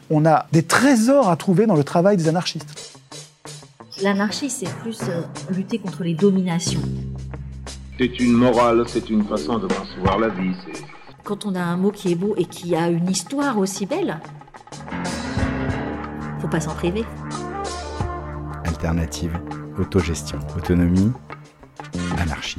On a des trésors à trouver dans le travail des anarchistes. L'anarchie, c'est plus lutter contre les dominations. C'est une morale, c'est une façon de concevoir la vie. Quand on a un mot qui est beau et qui a une histoire aussi belle, faut pas s'en priver. Alternative, autogestion, autonomie, anarchie.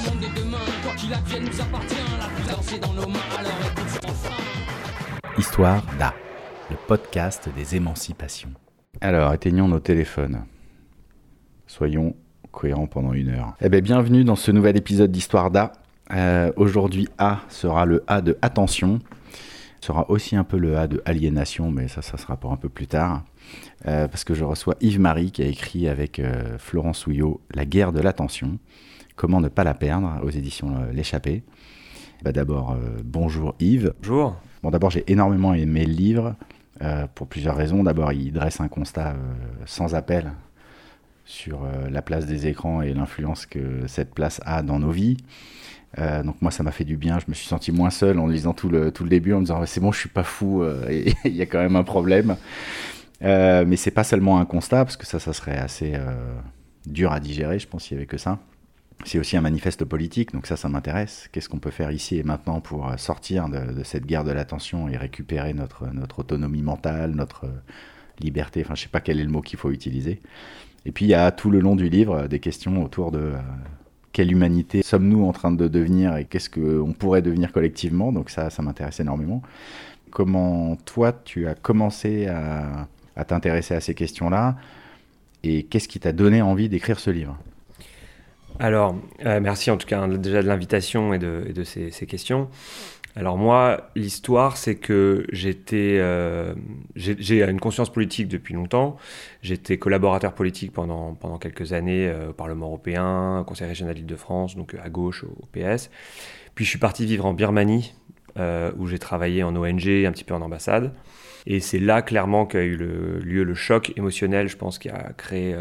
Histoire d'A, le podcast des émancipations. Alors, éteignons nos téléphones. Soyons cohérents pendant 1 heure. Bienvenue dans ce nouvel épisode d'Histoire d'A. Aujourd'hui, A sera le A de attention. Sera aussi un peu le A de aliénation, mais ça sera pour un peu plus tard. Parce que je reçois Yves-Marie qui a écrit avec Florence Houillot « La guerre de l'attention ». Comment ne pas la perdre aux éditions L'Échappée. D'abord, bonjour Yves. Bonjour. Bon, d'abord, j'ai énormément aimé le livre pour plusieurs raisons. D'abord, il dresse un constat sans appel sur la place des écrans et l'influence que cette place a dans nos vies. Donc moi, ça m'a fait du bien. Je me suis senti moins seul en lisant tout le début, en me disant « c'est bon, je suis pas fou, et il y a quand même un problème ». Mais c'est pas seulement un constat, parce que ça serait assez dur à digérer, je pense, s'il y avait que ça. C'est aussi un manifeste politique, donc ça m'intéresse. Qu'est-ce qu'on peut faire ici et maintenant pour sortir de cette guerre de l'attention et récupérer notre autonomie mentale, notre liberté, enfin je sais pas quel est le mot qu'il faut utiliser. Et puis il y a tout le long du livre des questions autour de quelle humanité sommes-nous en train de devenir et qu'est-ce qu'on pourrait devenir collectivement, donc ça m'intéresse énormément. Comment toi tu as commencé à t'intéresser à ces questions-là et qu'est-ce qui t'a donné envie d'écrire ce livre ? Alors, merci en tout cas déjà de l'invitation et de ces questions. Alors moi, l'histoire, c'est que j'ai une conscience politique depuis longtemps. J'étais collaborateur politique pendant quelques années au Parlement européen, au Conseil régional d'Île-de-France, donc à gauche, au PS. Puis je suis parti vivre en Birmanie, où j'ai travaillé en ONG, un petit peu en ambassade. Et c'est là clairement qu'a eu lieu le choc émotionnel, je pense, qui a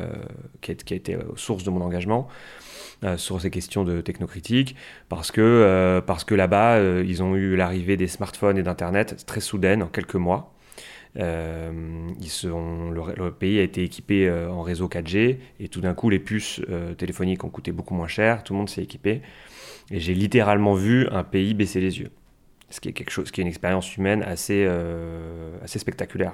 été source de mon engagement. Sur ces questions de technocritique, parce que là-bas, ils ont eu l'arrivée des smartphones et d'Internet très soudaine, en quelques mois. Le pays a été équipé en réseau 4G, et tout d'un coup, les puces téléphoniques ont coûté beaucoup moins cher, tout le monde s'est équipé, et j'ai littéralement vu un pays baisser les yeux. Ce qui est une expérience humaine assez spectaculaire.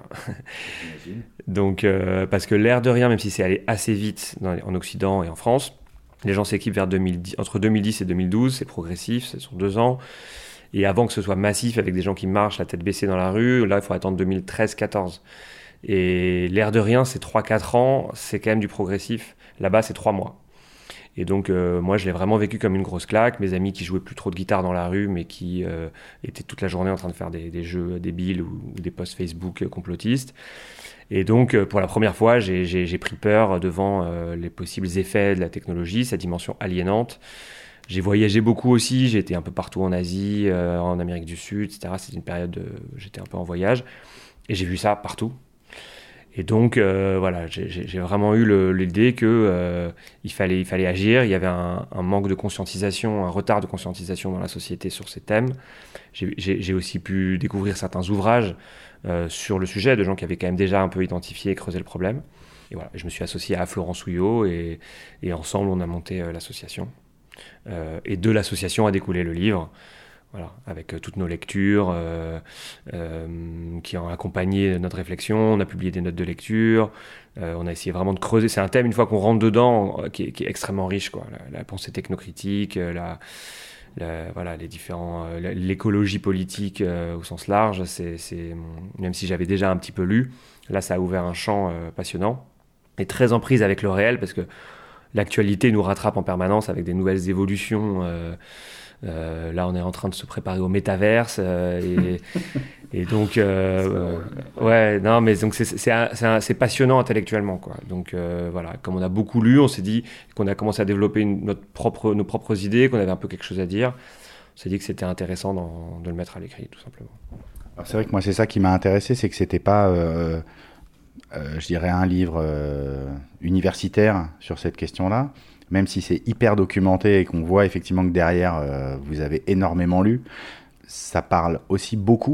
Donc, parce que l'air de rien, même si c'est allé assez vite en Occident et en France, les gens s'équipent entre 2010 et 2012, c'est progressif, c'est sur 2 ans. Et avant que ce soit massif avec des gens qui marchent la tête baissée dans la rue, là il faut attendre 2013-14. Et l'air de rien, c'est 3-4 ans, c'est quand même du progressif. Là-bas, c'est 3 mois. Et donc moi, je l'ai vraiment vécu comme une grosse claque. Mes amis qui jouaient plus trop de guitare dans la rue, mais qui étaient toute la journée en train de faire des jeux débiles ou des posts Facebook complotistes. Et donc, pour la première fois, j'ai pris peur devant les possibles effets de la technologie, sa dimension aliénante. J'ai voyagé beaucoup aussi, j'ai été un peu partout en Asie, en Amérique du Sud, etc. C'était une période j'étais un peu en voyage, et j'ai vu ça partout. Et donc, voilà, j'ai vraiment eu l'idée qu'il fallait agir. Il y avait un manque de conscientisation, un retard de conscientisation dans la société sur ces thèmes. J'ai aussi pu découvrir certains ouvrages sur le sujet, de gens qui avaient quand même déjà un peu identifié et creusé le problème. Et voilà, je me suis associé à Florence Houillot et ensemble, on a monté l'association. Et de l'association a découlé le livre. Voilà, avec toutes nos lectures qui ont accompagné notre réflexion. On a publié des notes de lecture. On a essayé vraiment de creuser. C'est un thème, une fois qu'on rentre dedans, qui est extrêmement riche, quoi. La pensée technocritique, l'écologie politique au sens large. Même si j'avais déjà un petit peu lu, là, ça a ouvert un champ passionnant. Et très en prise avec le réel, parce que l'actualité nous rattrape en permanence avec des nouvelles évolutions. Là, on est en train de se préparer au métaverse et donc c'est passionnant intellectuellement, quoi. Donc voilà, comme on a beaucoup lu, on s'est dit qu'on a commencé à développer nos propres idées, qu'on avait un peu quelque chose à dire. On s'est dit que c'était intéressant de le mettre à l'écrit, tout simplement. Alors, c'est vrai que moi, c'est ça qui m'a intéressé, c'est que c'était pas, je dirais, un livre universitaire sur cette question-là. Même si c'est hyper documenté et qu'on voit effectivement que derrière, vous avez énormément lu, ça parle aussi beaucoup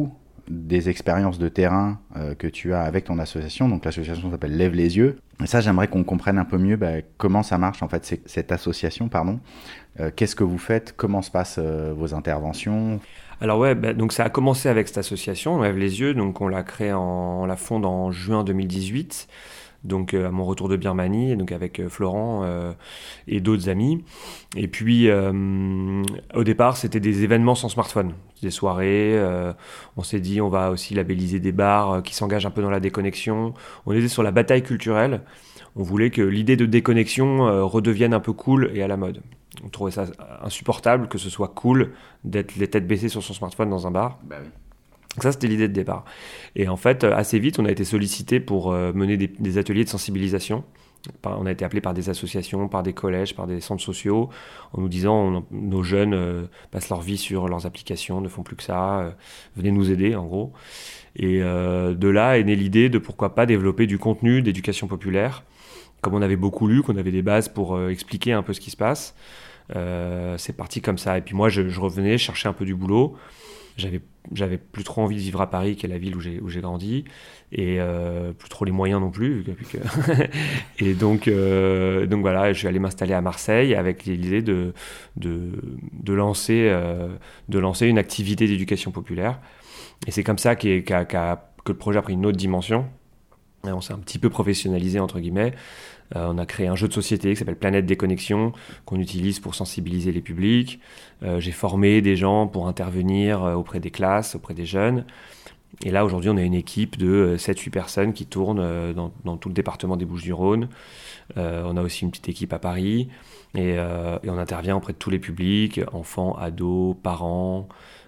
des expériences de terrain que tu as avec ton association. Donc l'association s'appelle Lève les yeux. Et ça, j'aimerais qu'on comprenne un peu mieux comment ça marche en fait, cette association. Qu'est-ce que vous faites? Comment se passent vos interventions? Alors ouais, donc ça a commencé avec cette association, Lève les yeux. Donc on l'a créée, on la fonde en juin 2018. Donc à mon retour de Birmanie, donc avec Florent et d'autres amis. Et puis au départ, c'était des événements sans smartphone, des soirées. On s'est dit, on va aussi labelliser des bars qui s'engagent un peu dans la déconnexion. On était sur la bataille culturelle. On voulait que l'idée de déconnexion redevienne un peu cool et à la mode. On trouvait ça insupportable que ce soit cool d'être les têtes baissées sur son smartphone dans un bar. Bah oui. Ça, c'était l'idée de départ. Et en fait, assez vite, on a été sollicité pour mener des ateliers de sensibilisation. On a été appelé par des associations, par des collèges, par des centres sociaux, en nous disant nos jeunes passent leur vie sur leurs applications, ne font plus que ça, venez nous aider, en gros. Et de là est née l'idée de pourquoi pas développer du contenu d'éducation populaire. Comme on avait beaucoup lu, qu'on avait des bases pour expliquer un peu ce qui se passe, c'est parti comme ça. Et puis moi, je revenais chercher un peu du boulot. J'avais plus trop envie de vivre à Paris, qui est la ville où j'ai grandi, et plus trop les moyens non plus. Et donc voilà, je suis allé m'installer à Marseille avec l'idée de lancer une activité d'éducation populaire. Et c'est comme ça que le projet a pris une autre dimension. Et on s'est un petit peu professionnalisé, entre guillemets. On a créé un jeu de société qui s'appelle Planète Déconnexion, qu'on utilise pour sensibiliser les publics. J'ai formé des gens pour intervenir auprès des classes, auprès des jeunes. Et là, aujourd'hui, on a une équipe de 7-8 personnes qui tournent dans tout le département des Bouches-du-Rhône. On a aussi une petite équipe à Paris. Et on intervient auprès de tous les publics, enfants, ados, parents.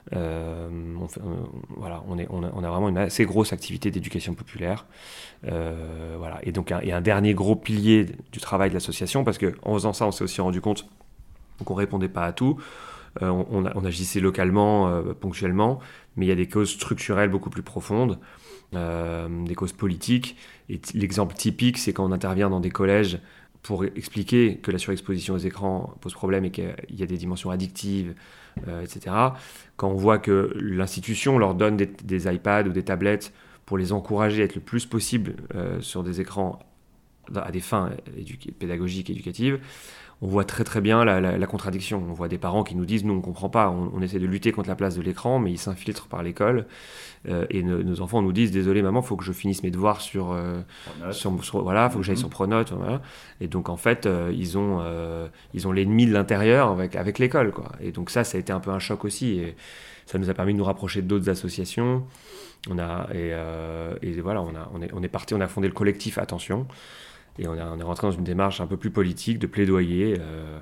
Voilà, on a vraiment une assez grosse activité d'éducation populaire. Voilà. Et donc, il y a un dernier gros pilier du travail de l'association, parce qu'en faisant ça, on s'est aussi rendu compte qu'on ne répondait pas à tout. On agissait localement, ponctuellement, mais il y a des causes structurelles beaucoup plus profondes, des causes politiques. Et l'exemple typique, c'est quand on intervient dans des collèges pour expliquer que la surexposition aux écrans pose problème et qu'il y a des dimensions addictives, etc. Quand on voit que l'institution leur donne des iPads ou des tablettes pour les encourager à être le plus possible sur des écrans à des fins pédagogiques, éducatives, on voit très très bien la contradiction. On voit des parents qui nous disent « nous on ne comprend pas, on essaie de lutter contre la place de l'écran, mais ils s'infiltrent par l'école ». Et nos enfants nous disent « désolé maman, il faut que je finisse mes devoirs voilà, faut que j'aille sur Pronote ». Voilà. Et donc en fait, ils ont l'ennemi de l'intérieur avec l'école, quoi. Et donc ça a été un peu un choc aussi. Et ça nous a permis de nous rapprocher d'autres associations. Et voilà, on est parti, on a fondé le collectif Attention. Et on est rentré dans une démarche un peu plus politique, de plaidoyer,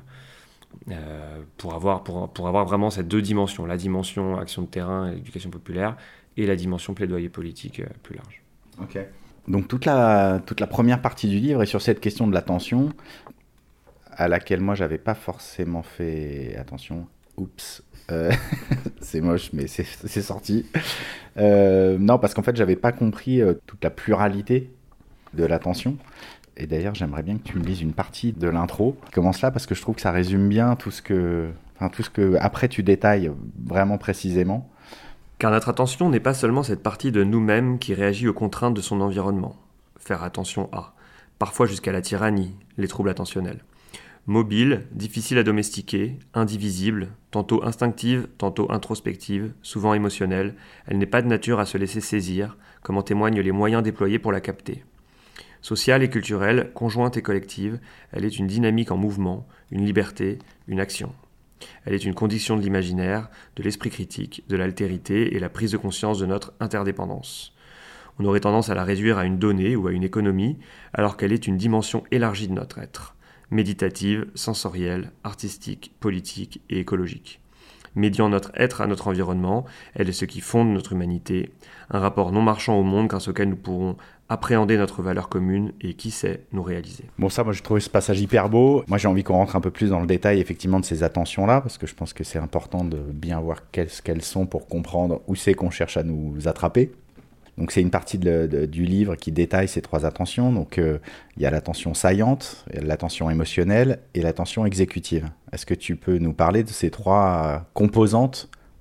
pour avoir vraiment ces deux dimensions, la dimension action de terrain et éducation populaire, et la dimension plaidoyer politique plus large. Ok. Donc toute la première partie du livre est sur cette question de l'attention, à laquelle moi j'avais pas forcément fait attention. Oups. C'est moche, mais c'est sorti. Non, parce qu'en fait, j'avais pas compris toute la pluralité de l'attention. Et d'ailleurs, j'aimerais bien que tu me lises une partie de l'intro qui commence là, parce que je trouve que ça résume bien tout ce que après tu détailles vraiment précisément. Car notre attention n'est pas seulement cette partie de nous-mêmes qui réagit aux contraintes de son environnement. Faire attention à, parfois jusqu'à la tyrannie, les troubles attentionnels. Mobile, difficile à domestiquer, indivisible, tantôt instinctive, tantôt introspective, souvent émotionnelle, elle n'est pas de nature à se laisser saisir, comme en témoignent les moyens déployés pour la capter. Sociale et culturelle, conjointe et collective, elle est une dynamique en mouvement, une liberté, une action. Elle est une condition de l'imaginaire, de l'esprit critique, de l'altérité et la prise de conscience de notre interdépendance. On aurait tendance à la réduire à une donnée ou à une économie, alors qu'elle est une dimension élargie de notre être, méditative, sensorielle, artistique, politique et écologique. Médiant notre être à notre environnement, elle est ce qui fonde notre humanité, un rapport non marchand au monde grâce auquel nous pourrons appréhender notre valeur commune et, qui sait, nous réaliser. Bon, ça, moi, je trouvais ce passage hyper beau. Moi, j'ai envie qu'on rentre un peu plus dans le détail, effectivement, de ces attentions-là, parce que je pense que c'est important de bien voir qu'est-ce qu'elles sont pour comprendre où c'est qu'on cherche à nous attraper. Donc, c'est une partie du livre qui détaille ces trois attentions. Donc, il y a l'attention saillante, l'attention émotionnelle et l'attention exécutive. Est-ce que tu peux nous parler de ces trois composantes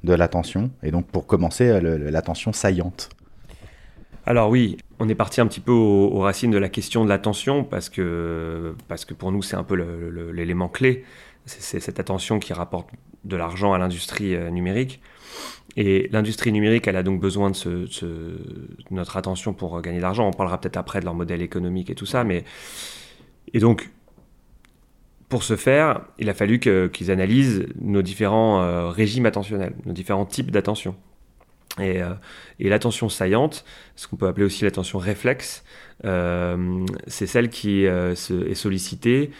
de l'attention, et donc pour commencer, l'attention saillante. Alors oui, on est parti un petit peu aux racines de la question de l'attention, parce que pour nous c'est un peu l'élément clé, c'est cette attention qui rapporte de l'argent à l'industrie numérique. Et l'industrie numérique, elle a donc besoin de notre attention pour gagner de l'argent. On parlera peut-être après de leur modèle économique et tout ça, et donc pour ce faire, il a fallu qu'ils analysent nos différents régimes attentionnels, nos différents types d'attention. Et l'attention saillante, ce qu'on peut appeler aussi l'attention réflexe, c'est celle qui est sollicitée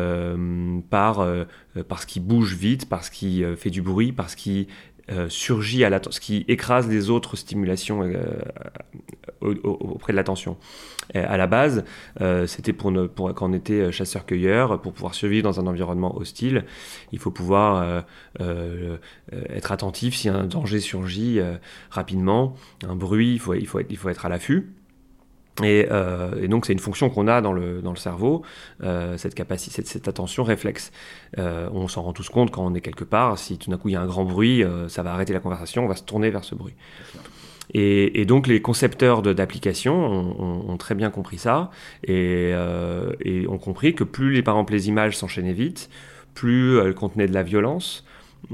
par ce qui bouge vite, par ce qui fait du bruit, par ce qui surgit ce qui écrase les autres stimulations auprès de l'attention. À la base, c'était pour quand on était chasseur-cueilleur, pour pouvoir survivre dans un environnement hostile, il faut pouvoir être attentif si un danger surgit rapidement, un bruit, il faut être à l'affût. Et donc c'est une fonction qu'on a dans le cerveau, cette capacité, cette attention réflexe. On s'en rend tous compte quand on est quelque part, si tout d'un coup il y a un grand bruit, ça va arrêter la conversation, on va se tourner vers ce bruit. Et donc les concepteurs d'applications ont très bien compris ça, et ont compris que plus par exemple les images s'enchaînaient vite, plus elles contenaient de la violence,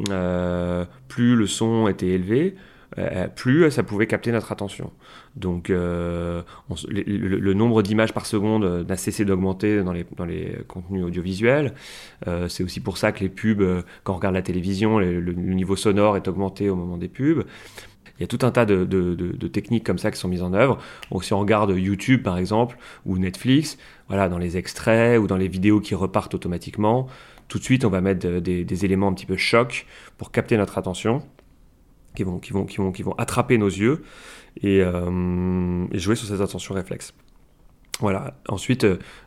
plus le son était élevé, plus ça pouvait capter notre attention. Donc le nombre d'images par seconde n'a cessé d'augmenter dans les contenus audiovisuels. C'est aussi pour ça que les pubs, quand on regarde la télévision, le niveau sonore est augmenté au moment des pubs. Il y a tout un tas de techniques comme ça qui sont mises en œuvre. Donc, si on regarde YouTube par exemple, ou Netflix, voilà, dans les extraits ou dans les vidéos qui repartent automatiquement, tout de suite on va mettre des éléments un petit peu chocs pour capter notre attention, qui vont attraper nos yeux et jouer sur cette attention réflexe. Voilà. Ensuite,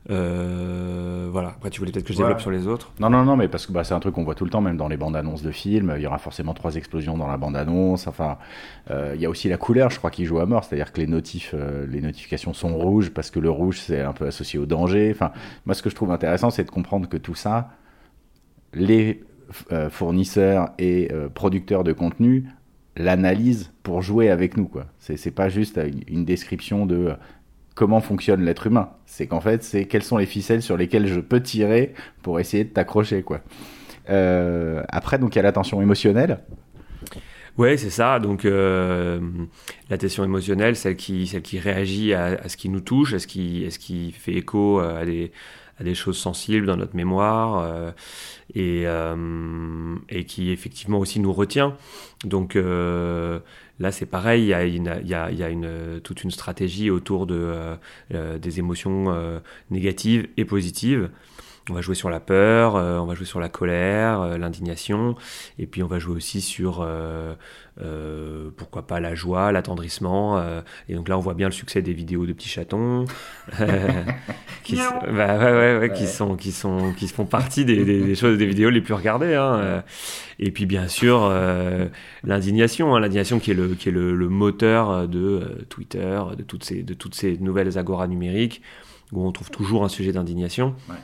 voilà. Après, tu voulais peut-être que je développe sur les autres. Non, mais parce que c'est un truc qu'on voit tout le temps, même dans les bandes annonces de films. Il y aura forcément 3 explosions dans la bande annonce. Enfin, il y a aussi la couleur, je crois, qui joue à mort. C'est-à-dire que les notifications sont rouges parce que le rouge, c'est un peu associé au danger. Enfin, moi, ce que je trouve intéressant, c'est de comprendre que tout ça, les fournisseurs et producteurs de contenu l'analyse pour jouer avec nous, quoi. C'est pas juste une description de comment fonctionne l'être humain. C'est qu'en fait, c'est quelles sont les ficelles sur lesquelles je peux tirer pour essayer de t'accrocher, quoi. Après, donc, il y a l'attention émotionnelle. Ouais, c'est ça. Donc, l'attention émotionnelle, celle qui réagit à ce qui nous touche, à ce qui fait écho à des choses sensibles dans notre mémoire, et qui effectivement aussi nous retient. Donc là c'est pareil, il y a toute une stratégie autour des émotions négatives et positives. On va jouer sur la peur, on va jouer sur la colère, l'indignation, et puis on va jouer aussi sur pourquoi pas la joie, l'attendrissement. Et donc là on voit bien le succès des vidéos de petits chatons qui font partie des choses, des vidéos les plus regardées, hein. Et puis bien sûr l'indignation, l'indignation qui est le moteur de Twitter, de toutes ces nouvelles agoras numériques où on trouve toujours un sujet d'indignation. Ouais.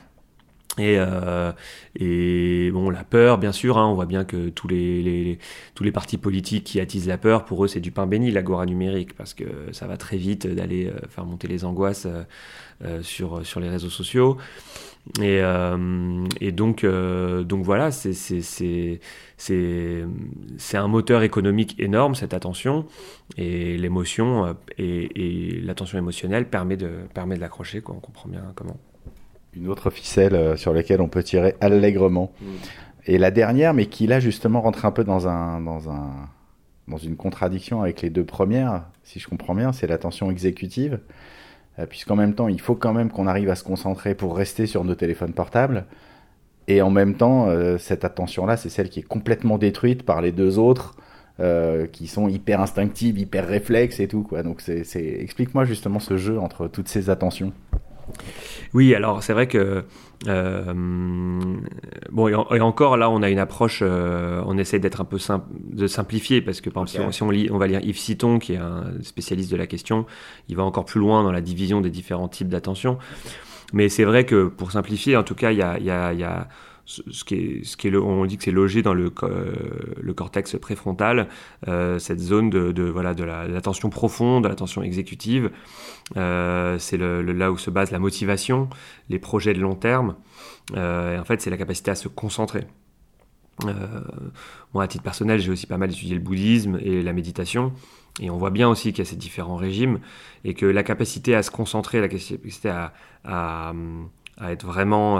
Et bon, la peur, bien sûr, hein, on voit bien que tous les partis politiques qui attisent la peur, pour eux c'est du pain béni, l'agora numérique, parce que ça va très vite d'aller faire monter les angoisses sur les réseaux sociaux. Et donc voilà, c'est un moteur économique énorme, cette attention, et l'émotion et l'attention émotionnelle permet de l'accrocher, quoi. On comprend bien comment. Une autre ficelle sur laquelle on peut tirer allègrement. Et la dernière, mais qui là justement rentre un peu dans une contradiction avec les deux premières, si je comprends bien, c'est l'attention exécutive, puisqu'en même temps, il faut quand même qu'on arrive à se concentrer pour rester sur nos téléphones portables, et en même temps, cette attention-là, c'est celle qui est complètement détruite par les deux autres, qui sont hyper instinctives, hyper réflexes et tout, quoi. Donc explique-moi justement ce jeu entre toutes ces attentions. Oui, alors c'est vrai que bon, et encore là on a une approche, on essaie d'être un peu de simplifier, parce que par exemple si on va lire Yves Citon, qui est un spécialiste de la question, il va encore plus loin dans la division des différents types d'attention. Mais c'est vrai que pour simplifier, en tout cas, il y a on dit que c'est logé dans le cortex préfrontal, cette zone de l'attention profonde, de l'attention exécutive. C'est là où se base la motivation, les projets de long terme. Et en fait, c'est la capacité à se concentrer. Moi, à titre personnel, j'ai aussi pas mal étudié le bouddhisme et la méditation. Et on voit bien aussi qu'il y a ces différents régimes et que la capacité à se concentrer, la capacité à être vraiment...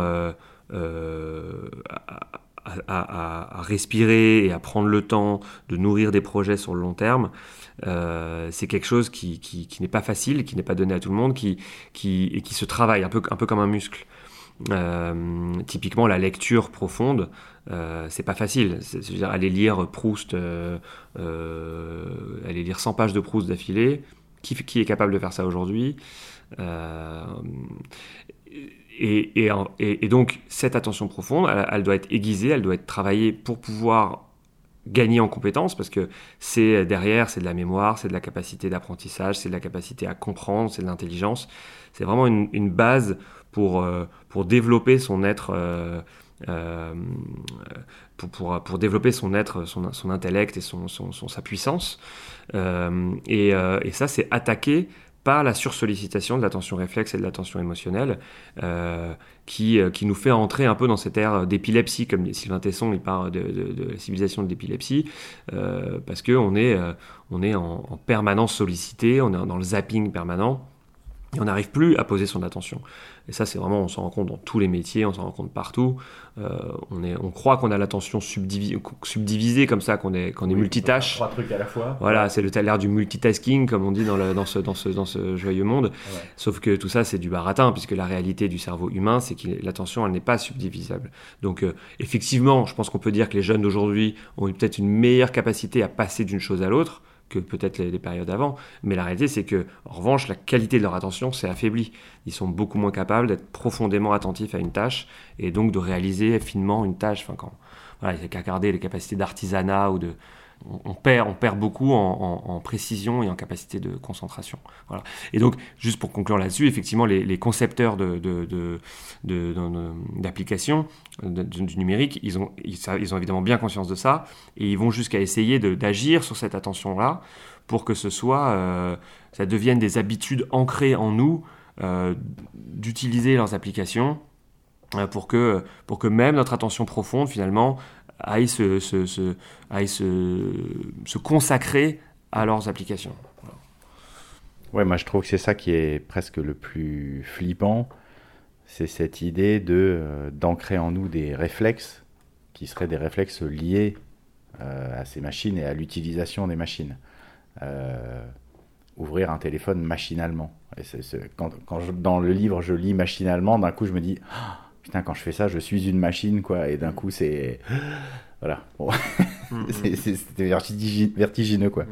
à respirer et à prendre le temps de nourrir des projets sur le long terme, c'est quelque chose qui n'est pas facile, qui n'est pas donné à tout le monde, et qui se travaille un peu comme un muscle. Typiquement, la lecture profonde, c'est pas facile. C'est-à-dire aller lire Proust, aller lire 100 pages de Proust d'affilée. Qui est capable de faire ça aujourd'hui? Et donc, cette attention profonde, elle doit être aiguisée, elle doit être travaillée pour pouvoir gagner en compétences, parce que derrière, c'est de la mémoire, c'est de la capacité d'apprentissage, c'est de la capacité à comprendre, c'est de l'intelligence. C'est vraiment une base pour développer son être, pour développer son être, son intellect et sa puissance. Et ça, c'est attaqué par la sursollicitation de l'attention réflexe et de l'attention émotionnelle, qui nous fait entrer un peu dans cette ère d'épilepsie, comme Sylvain Tesson il parle de la civilisation de l'épilepsie, parce qu'on est en permanence sollicité, on est dans le zapping permanent, et on n'arrive plus à poser son attention. Et ça, c'est vraiment, on s'en rend compte dans tous les métiers, on s'en rend compte partout. On croit qu'on a l'attention subdivisée comme ça, qu'on est multitâche. 3 trucs à la fois. Voilà, c'est l'ère du multitasking, comme on dit dans ce joyeux monde. Ouais. Sauf que tout ça, c'est du baratin, puisque la réalité du cerveau humain, c'est que l'attention, elle n'est pas subdivisable. Donc, effectivement, je pense qu'on peut dire que les jeunes d'aujourd'hui ont peut-être une meilleure capacité à passer d'une chose à l'autre que peut-être les périodes avant, mais la réalité c'est que, en revanche, la qualité de leur attention s'est affaiblie. Ils sont beaucoup moins capables d'être profondément attentifs à une tâche et donc de réaliser finement une tâche. Enfin, il n'y a qu'à regarder les capacités d'artisanat on perd beaucoup en précision et en capacité de concentration. Voilà. Et donc, juste pour conclure là-dessus, effectivement, les concepteurs d'applications du numérique, ils ont évidemment bien conscience de ça, et ils vont jusqu'à essayer d'agir sur cette attention-là pour que ça devienne des habitudes ancrées en nous, d'utiliser leurs applications pour que même notre attention profonde, finalement, aille se consacrer à leurs applications. Voilà. Ouais, moi je trouve que c'est ça qui est presque le plus flippant, c'est cette idée d'ancrer en nous des réflexes qui seraient des réflexes liés à ces machines et à l'utilisation des machines. Ouvrir un téléphone machinalement. Et quand dans le livre je lis machinalement, d'un coup je me dis putain, quand je fais ça, je suis une machine, quoi. Et d'un coup, c'est... Voilà. Bon. C'était vertigineux, quoi.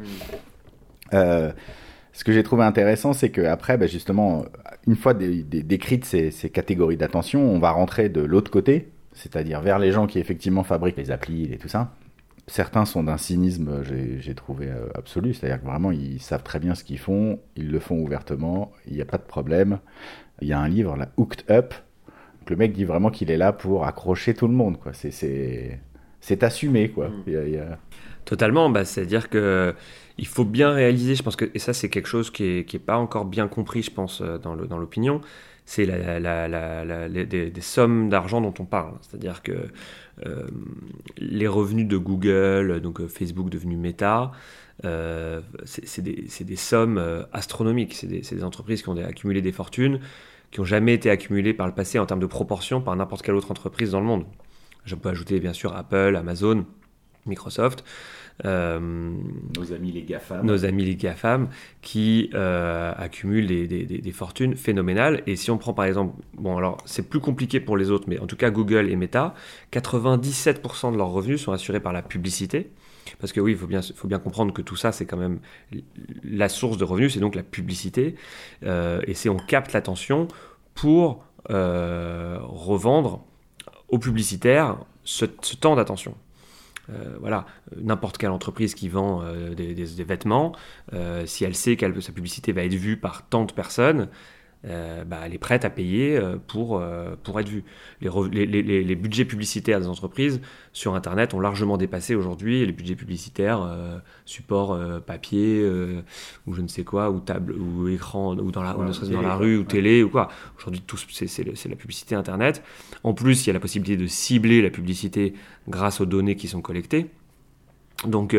Ce que j'ai trouvé intéressant, c'est qu'après, justement, une fois décrites ces catégories d'attention, on va rentrer de l'autre côté, c'est-à-dire vers les gens qui, effectivement, fabriquent les applis et tout ça. Certains sont d'un cynisme, j'ai trouvé absolu. C'est-à-dire que vraiment, ils savent très bien ce qu'ils font, ils le font ouvertement, il n'y a pas de problème. Il y a un livre, là, Hooked Up. Le mec dit vraiment qu'il est là pour accrocher tout le monde, quoi. C'est assumé, quoi. Totalement, c'est-à-dire que il faut bien réaliser, je pense que, et ça c'est quelque chose qui est pas encore bien compris, je pense, dans l'opinion, c'est des sommes d'argent dont on parle. C'est-à-dire que les revenus de Google, donc Facebook devenu Meta, c'est des sommes astronomiques. C'est des entreprises qui ont accumulé des fortunes qui n'ont jamais été accumulées par le passé en termes de proportion par n'importe quelle autre entreprise dans le monde. Je peux ajouter bien sûr Apple, Amazon, Microsoft. Nos amis les GAFAM qui accumulent des fortunes phénoménales. Et si on prend par exemple, bon alors c'est plus compliqué pour les autres, mais en tout cas Google et Meta, 97% de leurs revenus sont assurés par la publicité. Parce que oui, il faut bien comprendre que tout ça, c'est quand même la source de revenus, c'est donc la publicité. Et on capte l'attention pour revendre aux publicitaires ce temps d'attention. Voilà, n'importe quelle entreprise qui vend des vêtements, si elle sait que sa publicité va être vue par tant de personnes, elle est prête à payer pour être vue. Les budgets publicitaires des entreprises sur Internet ont largement dépassé aujourd'hui les budgets publicitaires support papier ou je ne sais quoi, ou table, ou écran, ou dans la rue, ou télé, ou quoi. Aujourd'hui, c'est la publicité Internet. En plus, il y a la possibilité de cibler la publicité grâce aux données qui sont collectées. Donc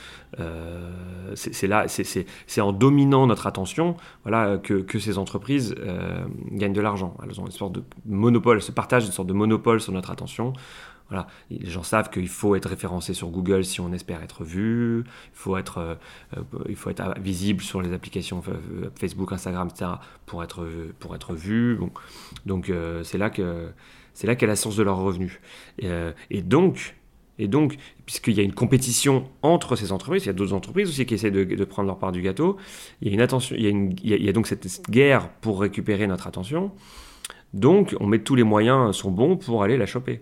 c'est en dominant notre attention, voilà, que ces entreprises gagnent de l'argent. Elles ont une sorte de monopole, elles se partagent une sorte de monopole sur notre attention. Voilà. Les gens savent qu'il faut être référencé sur Google si on espère être vu, il faut être visible sur les applications Facebook, Instagram, etc. pour être vu. Bon. Donc c'est là qu'est la source de leurs revenus. Et donc, puisqu'il y a une compétition entre ces entreprises, il y a d'autres entreprises aussi qui essaient de prendre leur part du gâteau, il y a donc cette guerre pour récupérer notre attention. Donc, on met tous les moyens sont bons pour aller la choper.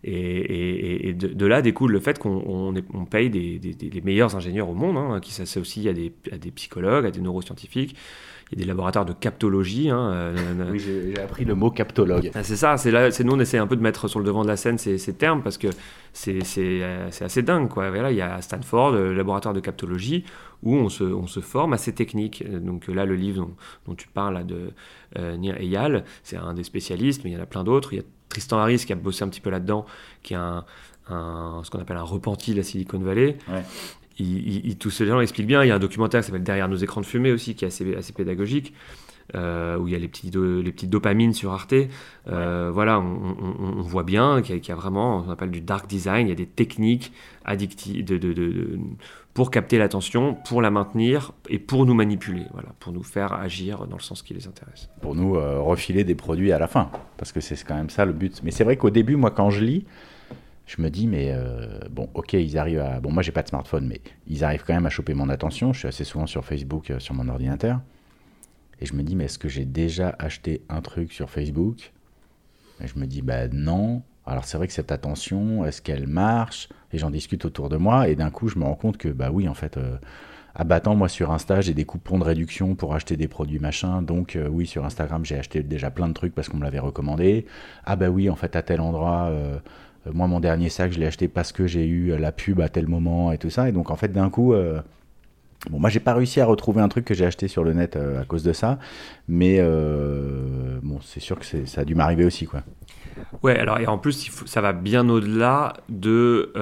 Et de là découle le fait qu'on paye les meilleurs ingénieurs au monde, hein, qui s'associent aussi à des psychologues, à des neuroscientifiques. Il y a des laboratoires de captologie. Oui, j'ai appris le mot captologue. C'est ça, nous on essaie un peu de mettre sur le devant de la scène ces termes parce que c'est assez dingue, quoi. Voilà, il y a à Stanford le laboratoire de captologie où on se forme à ces techniques. Donc là, le livre dont tu parles là, de Nir Eyal, c'est un des spécialistes, mais il y en a plein d'autres. Il y a Tristan Harris qui a bossé un petit peu là-dedans, qui est ce qu'on appelle un repenti de la Silicon Valley. Ouais. Tous ces gens expliquent bien. Il y a un documentaire qui s'appelle Derrière nos écrans de fumée aussi, qui est assez pédagogique, où il y a les petites dopamines sur Arte. Voilà, on voit bien qu'il y a vraiment, on appelle du dark design. Il y a des techniques addictives pour capter l'attention, pour la maintenir et pour nous manipuler, voilà, pour nous faire agir dans le sens qui les intéresse. Pour nous refiler des produits à la fin, parce que c'est quand même ça le but. Mais c'est vrai qu'au début, moi, quand je lis, je me dis, mais bon, ok, ils arrivent à... Bon, moi, j'ai pas de smartphone, mais ils arrivent quand même à choper mon attention. Je suis assez souvent sur Facebook, sur mon ordinateur. Et je me dis, mais est-ce que j'ai déjà acheté un truc sur Facebook ? Et je me dis, bah non. Alors, c'est vrai que cette attention, est-ce qu'elle marche ? Et j'en discute autour de moi. Et d'un coup, je me rends compte que, bah oui, en fait... attends, moi, sur Insta, j'ai des coupons de réduction pour acheter des produits machin. Donc, oui, sur Instagram, j'ai acheté déjà plein de trucs parce qu'on me l'avait recommandé. Ah bah oui, en fait, à tel endroit... moi, mon dernier sac, je l'ai acheté parce que j'ai eu la pub à tel moment et tout ça. Et donc, en fait, d'un coup... Bon, moi, j'ai pas réussi à retrouver un truc que j'ai acheté sur le net à cause de ça. Mais bon, c'est sûr que ça a dû m'arriver aussi, quoi. Ouais, alors, et en plus, ça va bien au-delà de,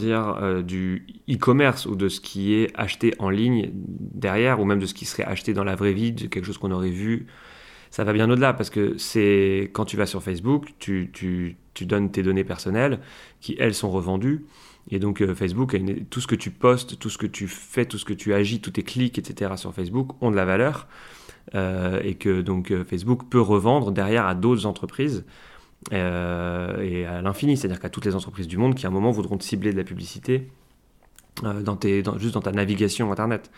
du e-commerce ou de ce qui est acheté en ligne derrière, ou même de ce qui serait acheté dans la vraie vie, de quelque chose qu'on aurait vu. Ça va bien au-delà parce que c'est quand tu vas sur Facebook, tu donnes tes données personnelles qui, elles, sont revendues. Et donc, Facebook, tout ce que tu postes, tout ce que tu fais, tout ce que tu agis, tous tes clics, etc. sur Facebook ont de la valeur. Et que donc, Facebook peut revendre derrière à d'autres entreprises et à l'infini. C'est-à-dire qu'à toutes les entreprises du monde qui, à un moment, voudront te cibler de la publicité juste dans ta navigation Internet.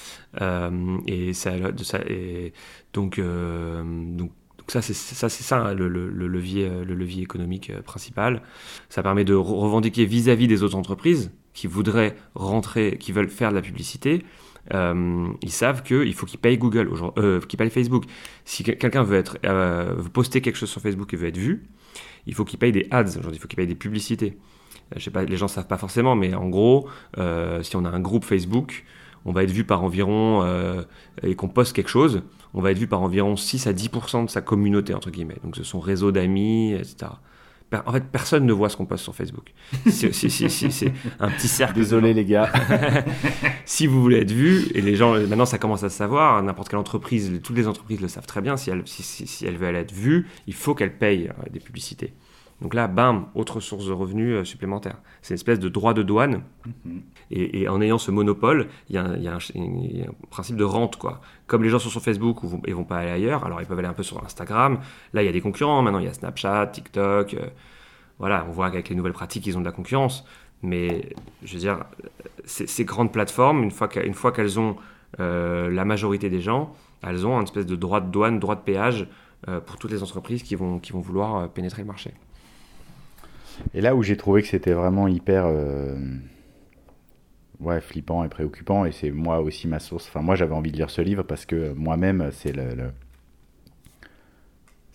Donc ça c'est ça le levier économique principal. Ça permet de revendiquer vis-à-vis des autres entreprises qui voudraient rentrer, qui veulent faire de la publicité. Ils savent qu'il faut qu'ils payent Google, qu'ils payent Facebook. Si quelqu'un veut poster quelque chose sur Facebook et veut être vu, il faut qu'il paye des ads. Aujourd'hui, il faut qu'il paye des publicités. Je sais pas, les gens savent pas forcément, mais en gros, si on a un groupe Facebook, on va être vu par environ, et qu'on poste quelque chose, on va être vu par environ 6 à 10% de sa communauté, entre guillemets. Donc, de son réseau d'amis, etc. En fait, personne ne voit ce qu'on poste sur Facebook. C'est un petit cercle. Désolé, les gars. Si vous voulez être vu, et les gens, maintenant, ça commence à se savoir, n'importe quelle entreprise, toutes les entreprises le savent très bien, si elles veulent être vues, il faut qu'elles payent des publicités. Donc là, bam, autre source de revenus supplémentaire. C'est une espèce de droit de douane. Mm-hmm. Et en ayant ce monopole, il y a un principe de rente, quoi. Comme les gens sont sur Facebook et vont pas aller ailleurs, alors ils peuvent aller un peu sur Instagram. Là, il y a des concurrents. Maintenant, il y a Snapchat, TikTok. Voilà, on voit qu'avec les nouvelles pratiques, ils ont de la concurrence. Mais je veux dire, ces grandes plateformes, une fois qu'elles ont la majorité des gens, elles ont une espèce de droit de douane, droit de péage pour toutes les entreprises qui vont vouloir pénétrer le marché. Et là où j'ai trouvé que c'était vraiment hyper flippant et préoccupant, et c'est moi aussi ma source, enfin moi j'avais envie de lire ce livre parce que moi-même c'est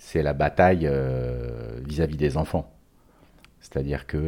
c'est la bataille vis-à-vis des enfants. C'est-à-dire que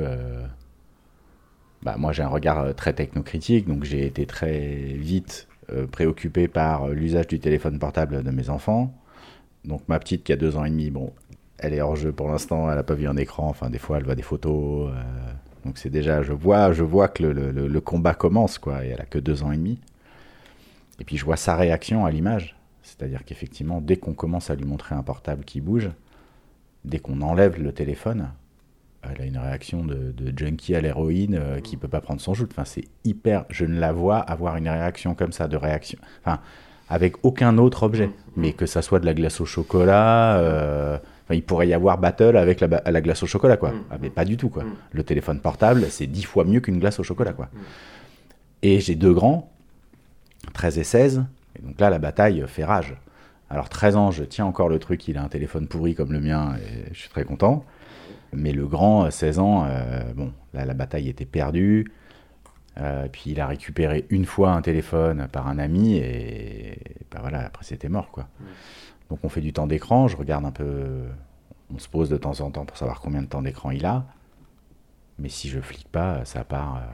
moi, j'ai un regard très technocritique, donc j'ai été très vite préoccupé par l'usage du téléphone portable de mes enfants. Donc ma petite qui a 2 ans et demi, bon, elle est hors jeu pour l'instant, elle n'a pas vu un écran, enfin des fois elle voit des photos, donc c'est déjà, je vois que le combat commence, quoi, et elle a que 2 ans et demi. Et puis je vois sa réaction à l'image, c'est-à-dire qu'effectivement, dès qu'on commence à lui montrer un portable qui bouge, dès qu'on enlève le téléphone, elle a une réaction de junkie à l'héroïne qui peut pas prendre son shoot. Enfin, c'est hyper. Je ne la vois avoir une réaction comme ça, de réaction. Enfin, avec aucun autre objet, mais que ça soit de la glace au chocolat. Il pourrait y avoir battle avec la glace au chocolat, quoi. Ah, mais pas du tout, quoi. Le téléphone portable, c'est 10 fois mieux qu'une glace au chocolat, quoi. Et j'ai 2 grands, 13 et 16. Et donc là, la bataille fait rage. Alors 13 ans, je tiens encore le truc. Il a un téléphone pourri comme le mien, et je suis très content. Mais le grand, 16 ans, là, la bataille était perdue. Puis il a récupéré une fois un téléphone par un ami et voilà, après c'était mort, quoi. Donc on fait du temps d'écran, je regarde un peu, on se pose de temps en temps pour savoir combien de temps d'écran il a. Mais si je flique pas, ça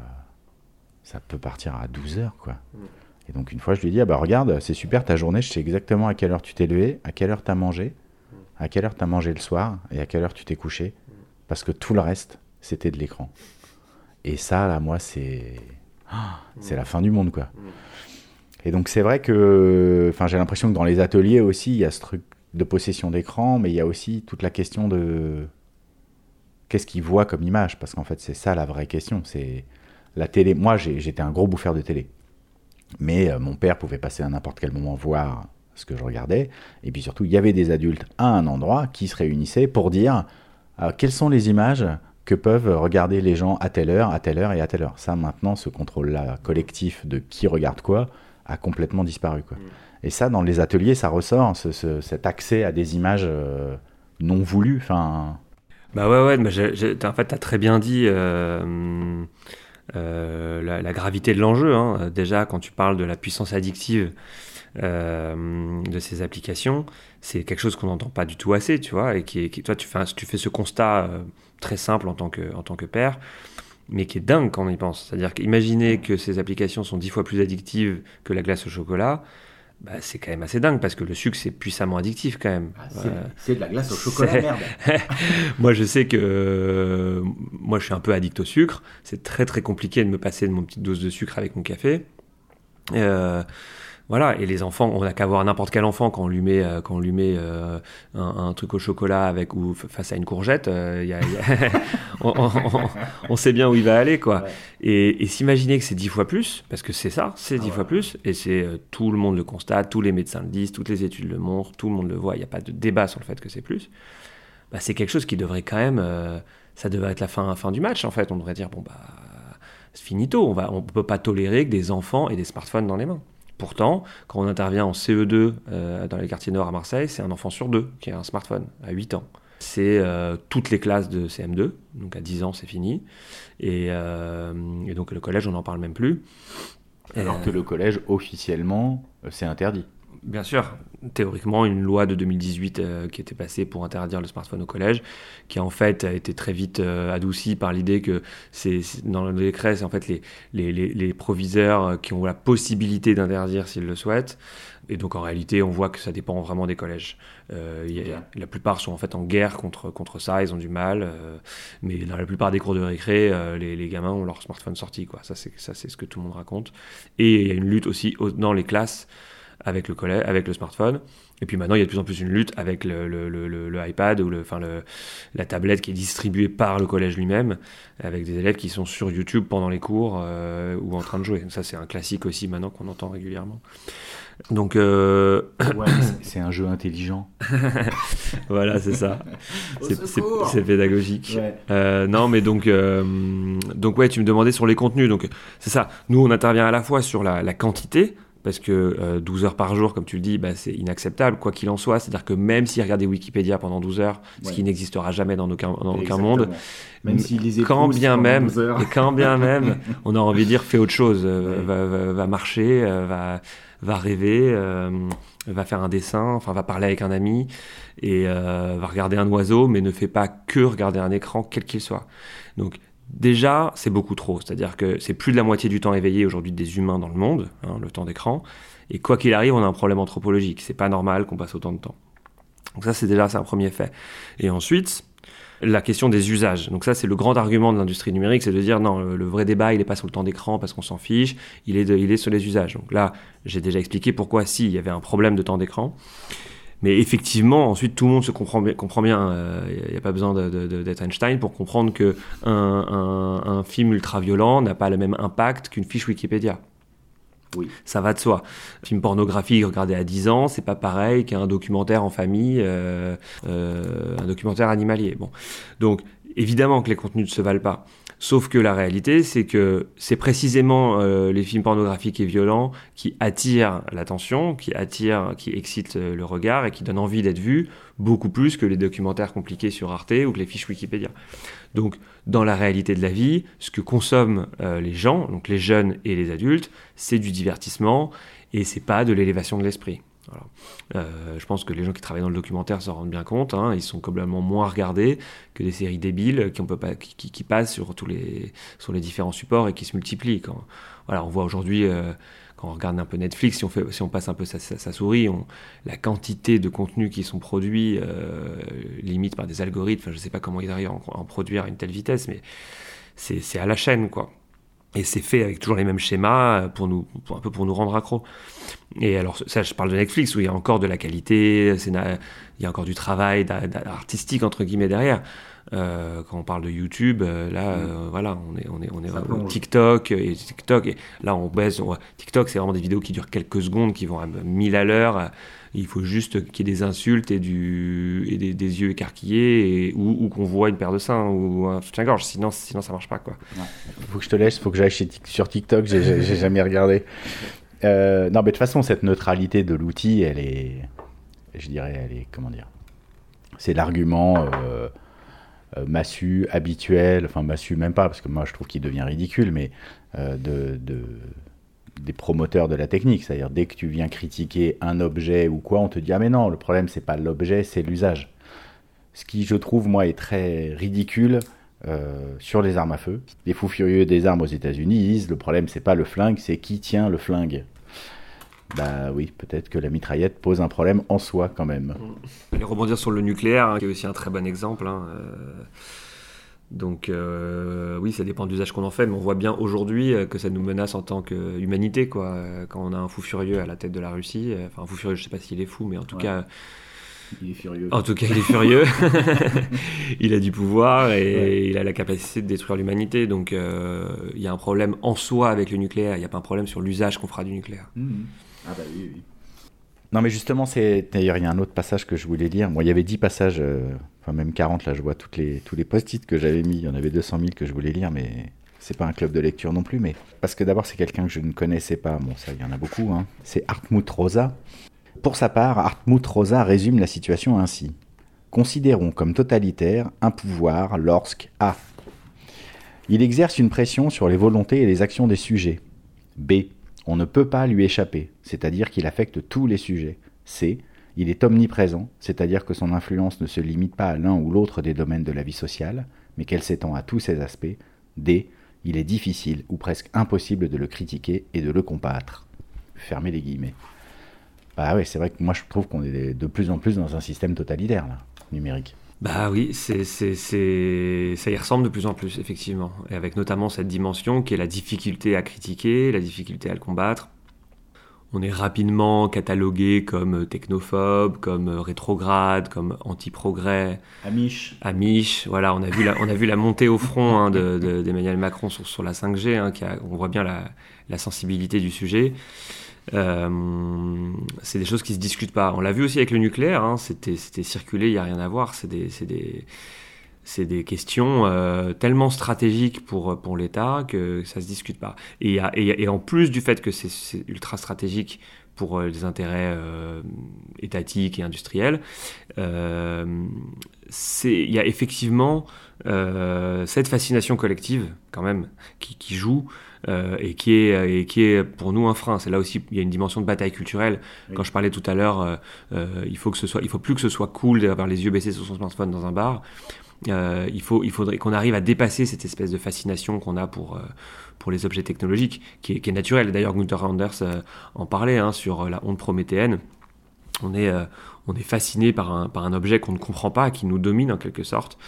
peut partir à 12 heures, quoi. Et donc une fois je lui dis, regarde, c'est super ta journée, je sais exactement à quelle heure tu t'es levé, à quelle heure t'as mangé, à quelle heure t'as mangé le soir et à quelle heure tu t'es couché. Parce que tout le reste, c'était de l'écran. Et ça, là, moi, c'est la fin du monde, quoi. Et donc, c'est vrai que... Enfin, j'ai l'impression que dans les ateliers aussi, il y a ce truc de possession d'écran, mais il y a aussi toute la question de... Qu'est-ce qu'ils voient comme image ? Parce qu'en fait, c'est ça la vraie question. C'est la télé. Moi, j'étais un gros bouffeur de télé. Mais mon père pouvait passer à n'importe quel moment voir ce que je regardais. Et puis surtout, il y avait des adultes à un endroit qui se réunissaient pour dire... Alors, quelles sont les images que peuvent regarder les gens à telle heure et à telle heure ? Ça, maintenant, ce contrôle-là collectif de qui regarde quoi a complètement disparu, quoi. Et ça, dans les ateliers, ça ressort, cet accès à des images non voulues. Enfin... Ouais, en fait, tu as très bien dit la gravité de l'enjeu. Hein. Déjà, quand tu parles de la puissance addictive de ces applications, c'est quelque chose qu'on n'entend pas du tout assez, tu vois, et toi tu fais ce constat très simple en tant que père, mais qui est dingue quand on y pense. C'est-à-dire qu'imaginer que ces applications sont 10 fois plus addictives que la glace au chocolat, c'est quand même assez dingue, parce que le sucre c'est puissamment addictif quand même. C'est de la glace au chocolat, merde. Moi je sais que moi je suis un peu addict au sucre, c'est très très compliqué de me passer de mon petite dose de sucre avec mon café. Voilà, et les enfants, on n'a qu'à voir n'importe quel enfant quand on lui met un truc au chocolat ou face à une courgette, on sait bien où il va aller, quoi. Ouais. Et s'imaginer que c'est 10 fois plus, parce que c'est ça, c'est 10 fois plus, et tout le monde le constate, tous les médecins le disent, toutes les études le montrent, tout le monde le voit, il n'y a pas de débat sur le fait que c'est plus. C'est quelque chose qui devrait quand même, ça devrait être la fin du match, en fait. On devrait dire, c'est finito, on ne peut pas tolérer que des enfants aient des smartphones dans les mains. Pourtant, quand on intervient en CE2 dans les quartiers nord à Marseille, c'est un enfant sur 2 qui a un smartphone à 8 ans. C'est toutes les classes de CM2, donc à 10 ans c'est fini. Et donc le collège, on n'en parle même plus. Alors que le collège, officiellement, c'est interdit. Bien sûr, théoriquement, une loi de 2018 qui était passée pour interdire le smartphone au collège, qui en fait a été très vite adoucie par l'idée que c'est dans le décret, c'est en fait les proviseurs qui ont la possibilité d'interdire s'ils le souhaitent. Et donc en réalité, on voit que ça dépend vraiment des collèges. La plupart sont en fait en guerre contre ça, ils ont du mal. Mais dans la plupart des cours de récré, les gamins ont leur smartphone sorti, quoi. Ça, c'est ce que tout le monde raconte. Et il y a une lutte aussi dans les classes avec le smartphone. Et puis maintenant, il y a de plus en plus une lutte avec le iPad ou la tablette qui est distribuée par le collège lui-même, avec des élèves qui sont sur YouTube pendant les cours ou en train de jouer. Ça, c'est un classique aussi maintenant qu'on entend régulièrement. Donc, ouais, c'est un jeu intelligent. Voilà, c'est ça. C'est pédagogique. Ouais. Non, mais donc ouais, tu me demandais sur les contenus. Donc, c'est ça. Nous, on intervient à la fois sur la quantité, parce que 12 heures par jour, comme tu le dis, c'est inacceptable, quoi qu'il en soit. C'est-à-dire que même s'ils regardaient Wikipédia pendant 12 heures, ce qui n'existera jamais dans aucun monde, même s'ils lisaient quand bien même, on a envie de dire, fais autre chose, va marcher, va rêver, va faire un dessin, enfin va parler avec un ami et va regarder un oiseau, mais ne fait pas que regarder un écran, quel qu'il soit. Donc déjà, c'est beaucoup trop. C'est-à-dire que c'est plus de la moitié du temps éveillé aujourd'hui des humains dans le monde, le temps d'écran. Et quoi qu'il arrive, on a un problème anthropologique. C'est pas normal qu'on passe autant de temps. Donc ça, c'est un premier fait. Et ensuite, la question des usages. Donc ça, c'est le grand argument de l'industrie numérique, c'est de dire non, le vrai débat, il n'est pas sur le temps d'écran parce qu'on s'en fiche, il est sur les usages. Donc là, j'ai déjà expliqué pourquoi il y avait un problème de temps d'écran. Mais effectivement, ensuite, tout le monde comprend bien. Il n'y a pas besoin d'être Einstein pour comprendre qu'un film ultra-violent n'a pas le même impact qu'une fiche Wikipédia. Oui. Ça va de soi. Un film pornographique regardé à 10 ans, c'est pas pareil qu'un documentaire en famille, un documentaire animalier. Bon. Donc, évidemment que les contenus ne se valent pas. Sauf que la réalité, c'est que c'est précisément les films pornographiques et violents qui attirent l'attention, qui excitent le regard et qui donnent envie d'être vus, beaucoup plus que les documentaires compliqués sur Arte ou que les fiches Wikipédia. Donc, dans la réalité de la vie, ce que consomment les gens, donc les jeunes et les adultes, c'est du divertissement et c'est pas de l'élévation de l'esprit. Voilà. Je pense que les gens qui travaillent dans le documentaire s'en rendent bien compte, ils sont complètement moins regardés que des séries débiles qui passent sur les différents supports et qui se multiplient. On voit aujourd'hui, quand on regarde un peu Netflix, si on passe un peu sa souris, la quantité de contenus qui sont produits, limite par des algorithmes, je ne sais pas comment ils arrivent à en produire à une telle vitesse, mais c'est à la chaîne, quoi. Et c'est fait avec toujours les mêmes schémas pour nous rendre accros. Et alors, ça, je parle de Netflix, où il y a encore de la qualité, il y a encore du travail artistique, entre guillemets, derrière. Quand on parle de YouTube, voilà, on est TikTok, et là, on baisse. TikTok, c'est vraiment des vidéos qui durent quelques secondes, qui vont à 1000 à l'heure. Il faut juste qu'il y ait des insultes et des yeux écarquillés ou qu'on voit une paire de seins ou un soutien-gorge. Sinon, ça marche pas, quoi. Ouais. Faut que je te laisse, faut que j'aille sur TikTok. J'ai jamais regardé. Non, mais de toute façon, cette neutralité de l'outil, comment dire, c'est l'argument massu, habituel. Enfin, massu même pas, parce que moi, je trouve qu'il devient ridicule, mais des promoteurs de la technique, c'est-à-dire dès que tu viens critiquer un objet ou quoi, on te dit ah mais non, le problème c'est pas l'objet, c'est l'usage. Ce qui, je trouve, moi, est très ridicule sur les armes à feu. Les fous furieux des armes aux États-Unis disent le problème c'est pas le flingue, c'est qui tient le flingue. Bah oui, peut-être que la mitraillette pose un problème en soi quand même. Allez rebondir sur le nucléaire, qui est aussi un très bon exemple. Donc oui, ça dépend de l'usage qu'on en fait, mais on voit bien aujourd'hui que ça nous menace en tant qu'humanité, quoi. Quand on a un fou furieux à la tête de la Russie, enfin un fou furieux, je sais pas s'il est fou, mais en tout cas... Il est furieux. En tout cas, il est furieux. Il a du pouvoir et il a la capacité de détruire l'humanité. Donc il y a un problème en soi avec le nucléaire, il n'y a pas un problème sur l'usage qu'on fera du nucléaire. Ah bah oui. Non mais justement, d'ailleurs il y a un autre passage que je voulais lire. Moi, il y avait 10 passages... Enfin, même 40, là, je vois tous les post-it que j'avais mis. Il y en avait 200 000 que je voulais lire, mais c'est pas un club de lecture non plus. Mais parce que d'abord, c'est quelqu'un que je ne connaissais pas. Bon, ça, il y en a beaucoup. C'est Hartmut Rosa. Pour sa part, Hartmut Rosa résume la situation ainsi. Considérons comme totalitaire un pouvoir lorsque A. Il exerce une pression sur les volontés et les actions des sujets. B. On ne peut pas lui échapper, c'est-à-dire qu'il affecte tous les sujets. C. Il est omniprésent, c'est-à-dire que son influence ne se limite pas à l'un ou l'autre des domaines de la vie sociale, mais qu'elle s'étend à tous ses aspects. D. Il est difficile ou presque impossible de le critiquer et de le combattre. Fermez les guillemets. Bah oui, c'est vrai que moi je trouve qu'on est de plus en plus dans un système totalitaire, là, numérique. Bah oui, ça y ressemble de plus en plus, effectivement. Et avec notamment cette dimension qui est la difficulté à critiquer, la difficulté à le combattre. On est rapidement catalogué comme technophobe, comme rétrograde, comme anti-progrès. Amiche, voilà, on a vu la montée au front d'Emmanuel Macron sur la 5G, on voit bien la sensibilité du sujet. C'est des choses qui se discutent pas. On l'a vu aussi avec le nucléaire, c'était circulé, il n'y a rien à voir, c'est des questions tellement stratégiques pour l'État que ça se discute pas. Et en plus du fait que c'est ultra stratégique pour les intérêts étatiques et industriels, il y a effectivement cette fascination collective quand même qui joue et qui est pour nous un frein. C'est là aussi il y a une dimension de bataille culturelle. Oui. Quand je parlais tout à l'heure, il faut plus que ce soit cool d'avoir les yeux baissés sur son smartphone dans un bar. Il faudrait qu'on arrive à dépasser cette espèce de fascination qu'on a pour les objets technologiques, qui est naturelle. D'ailleurs, Gunther Anders en parlait sur la honte prométhéenne. On est fasciné par un objet qu'on ne comprend pas, qui nous domine en quelque sorte.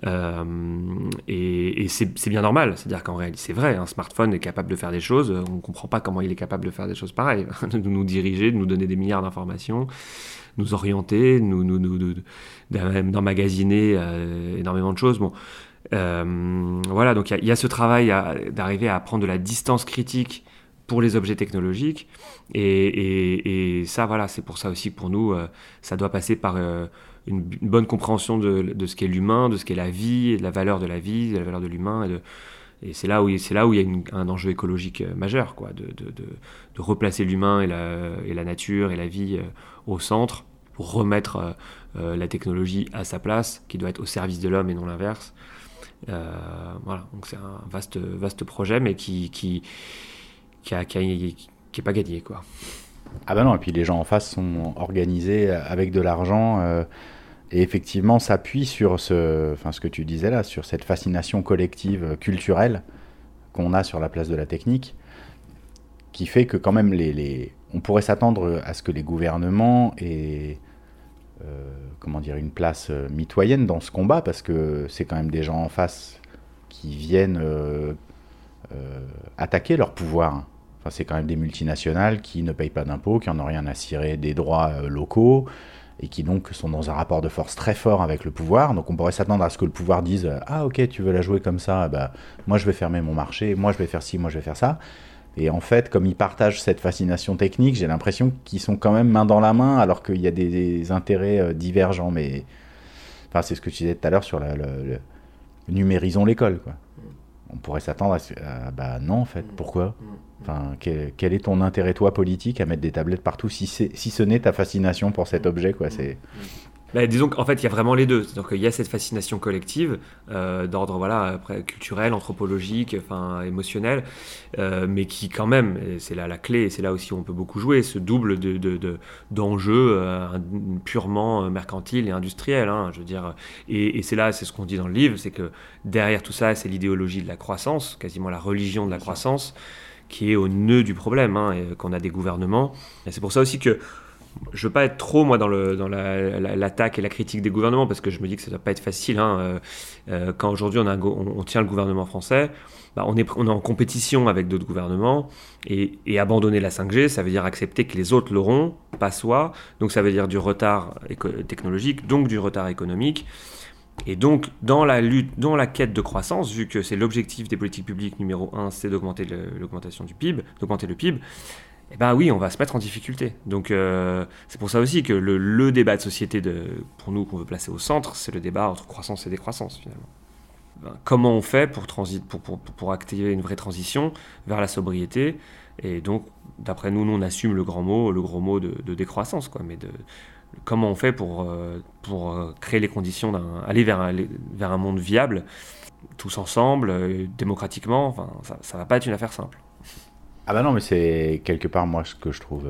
Et c'est bien normal. C'est-à-dire qu'en réalité, c'est vrai, un smartphone est capable de faire des choses. On ne comprend pas comment il est capable de faire des choses pareilles, de nous diriger, de nous donner des milliards d'informations, nous orienter, d'emmagasiner énormément de choses. Bon, voilà, donc il y a ce travail d'arriver à prendre de la distance critique pour les objets technologiques, et ça, voilà, c'est pour ça aussi que pour nous, ça doit passer par une bonne compréhension de ce qu'est l'humain, de ce qu'est la vie, et de la valeur de la vie, de la valeur de l'humain, et c'est là où il y a un enjeu écologique majeur, quoi, de replacer l'humain et la nature et la vie au centre, pour remettre la technologie à sa place, qui doit être au service de l'homme et non l'inverse. Voilà, donc c'est un vaste projet, mais qui est pas gagné, quoi. Ah bah non, et puis les gens en face sont organisés avec de l'argent et effectivement s'appuient sur ce que tu disais là, sur cette fascination collective culturelle qu'on a sur la place de la technique, qui fait que quand même on pourrait s'attendre à ce que les gouvernements aient une place mitoyenne dans ce combat, parce que c'est quand même des gens en face qui viennent attaquer leur pouvoir. Enfin, c'est quand même des multinationales qui ne payent pas d'impôts, qui n'en ont rien à cirer des droits locaux, et qui donc sont dans un rapport de force très fort avec le pouvoir. Donc on pourrait s'attendre à ce que le pouvoir dise « Ah ok, tu veux la jouer comme ça, bah, moi je vais fermer mon marché, moi je vais faire ci, moi je vais faire ça ». Et en fait, comme ils partagent cette fascination technique, j'ai l'impression qu'ils sont quand même main dans la main, alors qu'il y a des intérêts divergents. Mais enfin, c'est ce que tu disais tout à l'heure sur numérisons l'école, quoi. On pourrait s'attendre à bah non, en fait, pourquoi ? Enfin, quel est ton intérêt, toi, politique, à mettre des tablettes partout, si ce n'est ta fascination pour cet objet, quoi. Bah, disons qu'en fait, il y a vraiment les deux. C'est-à-dire qu'il y a cette fascination collective d'ordre après, culturel, anthropologique, émotionnel, mais qui quand même, et c'est là la clé, et c'est là aussi où on peut beaucoup jouer, ce double d'enjeux purement mercantiles et industriels. Je veux dire, et c'est ce qu'on dit dans le livre, c'est que derrière tout ça, c'est l'idéologie de la croissance, quasiment la religion de la croissance, qui est au nœud du problème, et qu'on a des gouvernements. Et c'est pour ça aussi que je veux pas être trop, moi, dans l'attaque et la critique des gouvernements, parce que je me dis que ça doit pas être facile. Quand aujourd'hui on tient le gouvernement français, bah, on est en compétition avec d'autres gouvernements, et abandonner la 5G, ça veut dire accepter que les autres l'auront, pas soi. Donc ça veut dire du retard technologique, donc du retard économique. Et donc, dans la lutte, dans la quête de croissance, vu que c'est l'objectif des politiques publiques numéro 1, c'est d'augmenter l'augmentation du PIB, d'augmenter le PIB, eh ben oui, on va se mettre en difficulté. Donc c'est pour ça aussi que le débat de société, pour nous, qu'on veut placer au centre, c'est le débat entre croissance et décroissance, finalement. Comment on fait pour activer une vraie transition vers la sobriété ? Et donc, d'après nous, on assume le gros mot de décroissance, quoi. Mais comment on fait pour créer les conditions aller vers un monde viable, tous ensemble, démocratiquement. Enfin, ça va pas être une affaire simple. Ah bah non, mais c'est quelque part, moi, ce que je trouve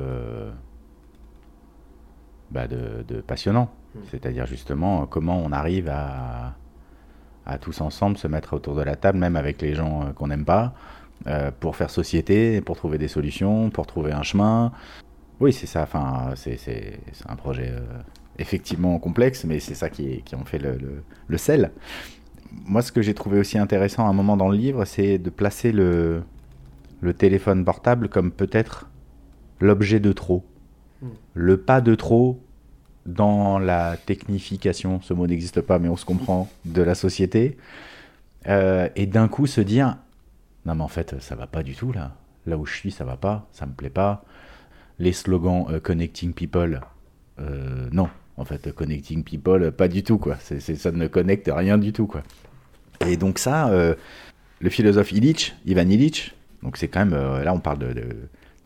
de passionnant. C'est-à-dire justement comment on arrive à tous ensemble se mettre autour de la table, même avec les gens qu'on n'aime pas, pour faire société, pour trouver des solutions, pour trouver un chemin. Oui, c'est ça. Enfin, c'est un projet effectivement complexe, mais c'est ça qui en fait le sel. Moi, ce que j'ai trouvé aussi intéressant à un moment dans le livre, c'est de placer le téléphone portable comme peut-être l'objet de trop. Le pas de trop dans la technification, ce mot n'existe pas, mais on se comprend, de la société. Et d'un coup se dire, non mais en fait, ça va pas du tout là. Là où je suis, ça va pas, ça me plaît pas. Les slogans Connecting People, non. En fait, Connecting People, pas du tout, quoi. Ça ne connecte rien du tout, quoi. Et donc ça, le philosophe Ivan Illich, donc c'est quand même, là on parle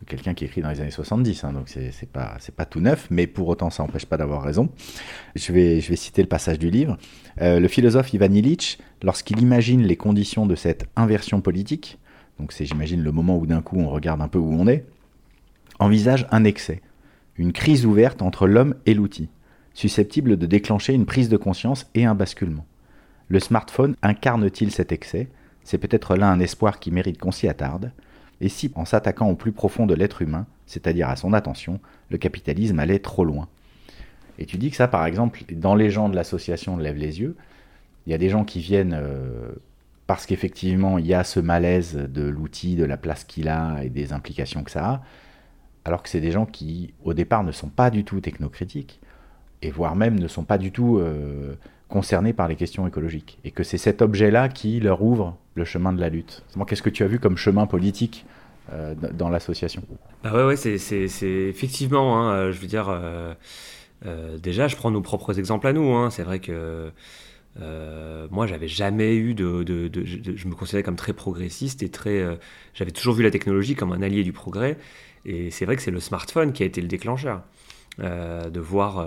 quelqu'un qui écrit dans les années 70, hein, donc c'est pas tout neuf, mais pour autant ça n'empêche pas d'avoir raison. Je vais citer le passage du livre. Le philosophe Ivan Illich, lorsqu'il imagine les conditions de cette inversion politique, donc c'est j'imagine le moment où d'un coup on regarde un peu où on est, envisage un excès, une crise ouverte entre l'homme et l'outil, susceptible de déclencher une prise de conscience et un basculement. Le smartphone incarne-t-il cet excès ? C'est peut-être là un espoir qui mérite qu'on s'y attarde. Et si, en s'attaquant au plus profond de l'être humain, c'est-à-dire à son attention, le capitalisme allait trop loin. Et tu dis que ça, par exemple, dans les gens de l'association Lève les yeux, il y a des gens qui viennent parce qu'effectivement, il y a ce malaise de l'outil, de la place qu'il a et des implications que ça a, alors que c'est des gens qui, au départ, ne sont pas du tout technocritiques, et voire même ne sont pas du tout concernés par les questions écologiques. Et que c'est cet objet-là qui leur ouvre le chemin de la lutte. Qu'est-ce que tu as vu comme chemin politique dans l'association ? Bah ouais, c'est effectivement, hein, je veux dire, déjà, je prends nos propres exemples à nous. Hein, c'est vrai que moi, j'avais jamais eu je me considérais comme très progressiste et j'avais toujours vu la technologie comme un allié du progrès. Et c'est vrai que c'est le smartphone qui a été le déclencheur. De voir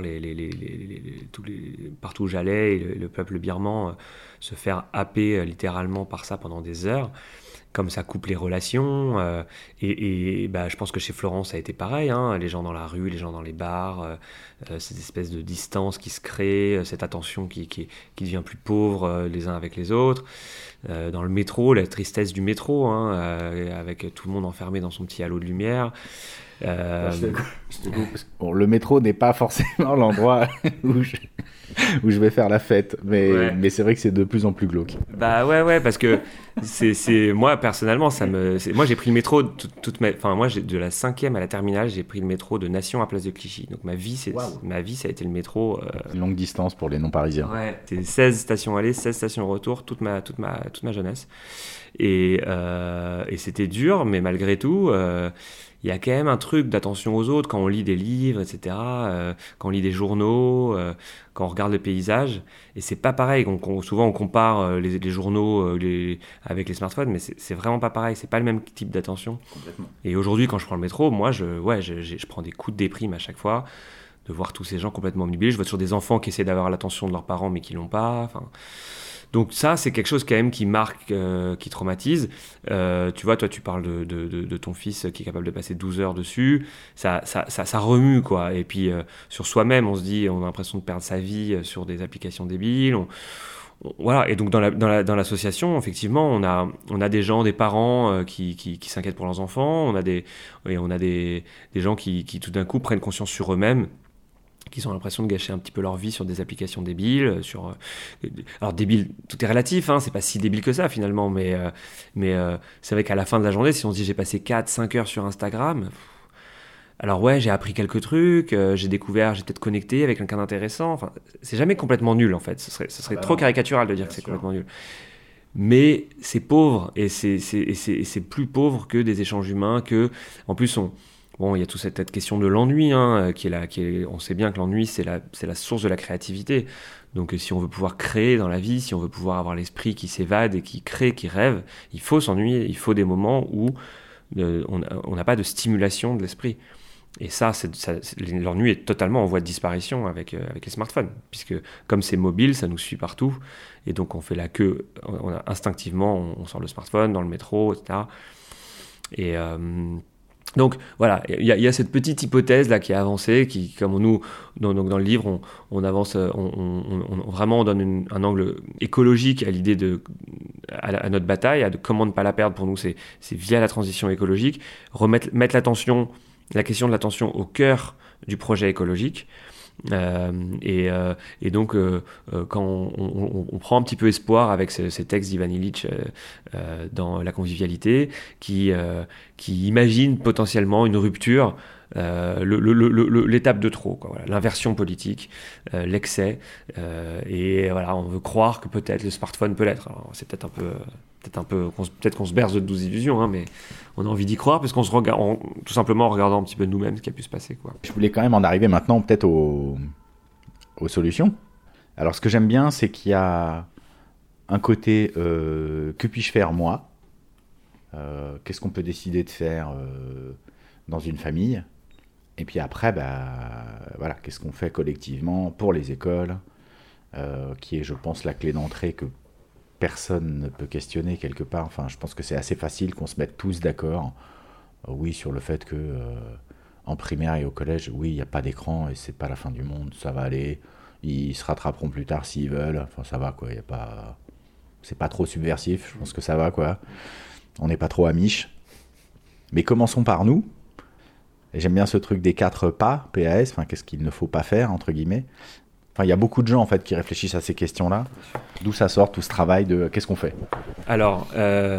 partout où j'allais et le peuple birman se faire happer littéralement par ça pendant des heures, comme ça coupe les relations, et je pense que chez Florence ça a été pareil, hein, les gens dans la rue, les gens dans les bars, cette espèce de distance qui se crée, cette attention qui devient plus pauvre les uns avec les autres, dans le métro, la tristesse du métro, hein, avec tout le monde enfermé dans son petit halo de lumière. Le métro n'est pas forcément l'endroit où je vais faire la fête, mais c'est vrai que c'est de plus en plus glauque. Bah ouais, parce que c'est moi personnellement moi j'ai pris le métro moi de la 5e à la terminale, j'ai pris le métro de Nation à Place de Clichy. Donc ma vie ça a été le métro. Une longue distance pour les non-parisiens. Ouais, c'est 16 stations aller, 16 stations retour, toute ma jeunesse. Et c'était dur, mais malgré tout, il y a quand même un truc d'attention aux autres quand on lit des livres, etc., quand on lit des journaux, quand on regarde le paysage. Et c'est pas pareil. Souvent, on compare les journaux avec les smartphones, mais c'est vraiment pas pareil. C'est pas le même type d'attention. Complètement. Et aujourd'hui, quand je prends le métro, moi, je prends des coups de déprime à chaque fois, de voir tous ces gens complètement omnibulés. Je vois toujours des enfants qui essaient d'avoir l'attention de leurs parents, mais qui l'ont pas. Enfin... Donc ça, c'est quelque chose quand même qui marque, qui traumatise. Tu vois, toi, tu parles de ton fils qui est capable de passer 12 heures dessus. Ça remue, quoi. Et puis, sur soi-même, on se dit, on a l'impression de perdre sa vie sur des applications débiles. Voilà. Et donc, dans l'association, effectivement, on a des gens, des parents qui s'inquiètent pour leurs enfants. On a des gens qui, tout d'un coup, prennent conscience sur eux-mêmes, qui ont l'impression de gâcher un petit peu leur vie sur des applications débiles, alors débile, tout est relatif, hein, c'est pas si débile que ça finalement, mais c'est vrai qu'à la fin de la journée, si on se dit j'ai passé 4-5 heures sur Instagram, alors ouais, j'ai appris quelques trucs, j'ai peut-être connecté avec quelqu'un d'intéressant, enfin, c'est jamais complètement nul en fait, ce serait trop caricatural de dire que c'est complètement nul. Mais c'est pauvre, et c'est plus pauvre que des échanges humains, en plus Bon, il y a toute cette question de l'ennui, hein, on sait bien que l'ennui, c'est la source de la créativité. Donc, si on veut pouvoir créer dans la vie, si on veut pouvoir avoir l'esprit qui s'évade et qui crée, qui rêve, il faut s'ennuyer. Il faut des moments où on n'a pas de stimulation de l'esprit. Et l'ennui est totalement en voie de disparition avec les smartphones, puisque comme c'est mobile, ça nous suit partout. Et donc, on fait la queue, instinctivement, on sort le smartphone dans le métro, etc. Et... Donc voilà, il y a cette petite hypothèse là qui est avancée, qui, comme nous, dans le livre, on avance, vraiment on donne un angle écologique à l'idée à notre bataille, de comment ne pas la perdre. Pour nous, c'est via la transition écologique, mettre la question de l'attention au cœur du projet écologique. Et donc quand on prend un petit peu espoir avec ces textes d'Ivan Illich dans La convivialité, qui imagine potentiellement une rupture, l'étape de trop, quoi, voilà, l'inversion politique, l'excès, et voilà, on veut croire que peut-être le smartphone peut l'être. Alors, c'est peut-être qu'on se berce de 12 illusions, hein, mais on a envie d'y croire parce qu'on se regarde, tout simplement en regardant un petit peu nous-mêmes ce qui a pu se passer, quoi. Je voulais quand même en arriver maintenant peut-être aux solutions. Alors ce que j'aime bien, c'est qu'il y a un côté que puis-je faire moi, Qu'est-ce qu'on peut décider de faire dans une famille? Et puis après, voilà, qu'est-ce qu'on fait collectivement pour les écoles, qui est, je pense, la clé d'entrée que personne ne peut questionner quelque part. Enfin, je pense que c'est assez facile qu'on se mette tous d'accord, oui, sur le fait que en primaire et au collège, oui, il n'y a pas d'écran et c'est pas la fin du monde, ça va aller. Ils se rattraperont plus tard s'ils veulent. Enfin, ça va, quoi. Y a pas... C'est pas trop subversif, je pense que ça va, quoi. On n'est pas trop amiche. Mais commençons par nous. Et j'aime bien ce truc des 4 pas, PAS, enfin, qu'est-ce qu'il ne faut pas faire, entre guillemets. Enfin, il y a beaucoup de gens, en fait, qui réfléchissent à ces questions-là. D'où ça sort, tout ce travail de qu'est-ce qu'on fait? Alors,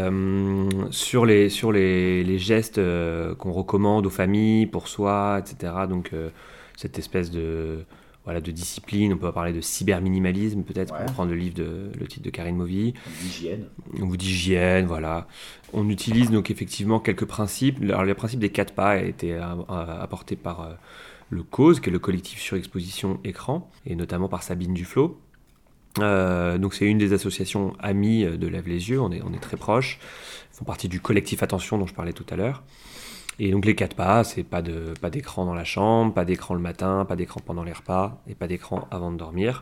sur les gestes qu'on recommande aux familles, pour soi, etc., donc cette espèce de discipline, on peut parler de cyberminimalisme, peut-être, pour prendre le titre de Karine Mauvy. Ou d'hygiène, voilà. On utilise donc effectivement quelques principes. Alors, le principe des 4 pas a été apporté par le CAUSE, qui est le collectif surexposition écran, et notamment par Sabine Duflo. Donc c'est une des associations amies de Lève les yeux, on est très proches. Ils font partie du collectif Attention dont je parlais tout à l'heure. Et donc les 4 pas, c'est pas d'écran dans la chambre, pas d'écran le matin, pas d'écran pendant les repas et pas d'écran avant de dormir.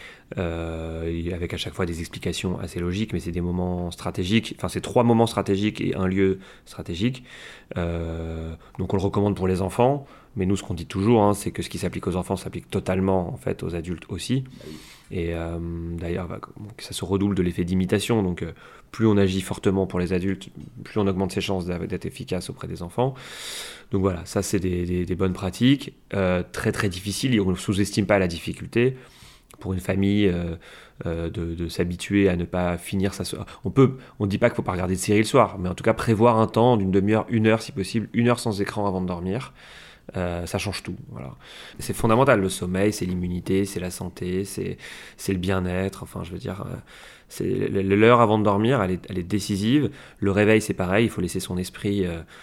Avec à chaque fois des explications assez logiques, mais c'est des moments stratégiques. Enfin, c'est 3 moments stratégiques et un lieu stratégique. Donc on le recommande pour les enfants, mais nous ce qu'on dit toujours, c'est que ce qui s'applique aux enfants s'applique totalement en fait aux adultes aussi. Et d'ailleurs, ça se redouble de l'effet d'imitation. Donc plus on agit fortement pour les adultes, plus on augmente ses chances d'être efficace auprès des enfants. Donc voilà, ça c'est des bonnes pratiques. Très très difficiles, on ne sous-estime pas la difficulté. Pour une famille, de s'habituer à ne pas finir sa soirée. On ne dit pas qu'il ne faut pas regarder de série le soir, mais en tout cas prévoir un temps d'une demi-heure, 1 heure si possible, 1 heure sans écran avant de dormir. Ça change tout. Voilà. C'est fondamental, le sommeil, c'est l'immunité, c'est la santé, c'est le bien-être. Enfin, je veux dire, l'heure avant de dormir, elle est décisive. Le réveil, c'est pareil, il faut laisser son esprit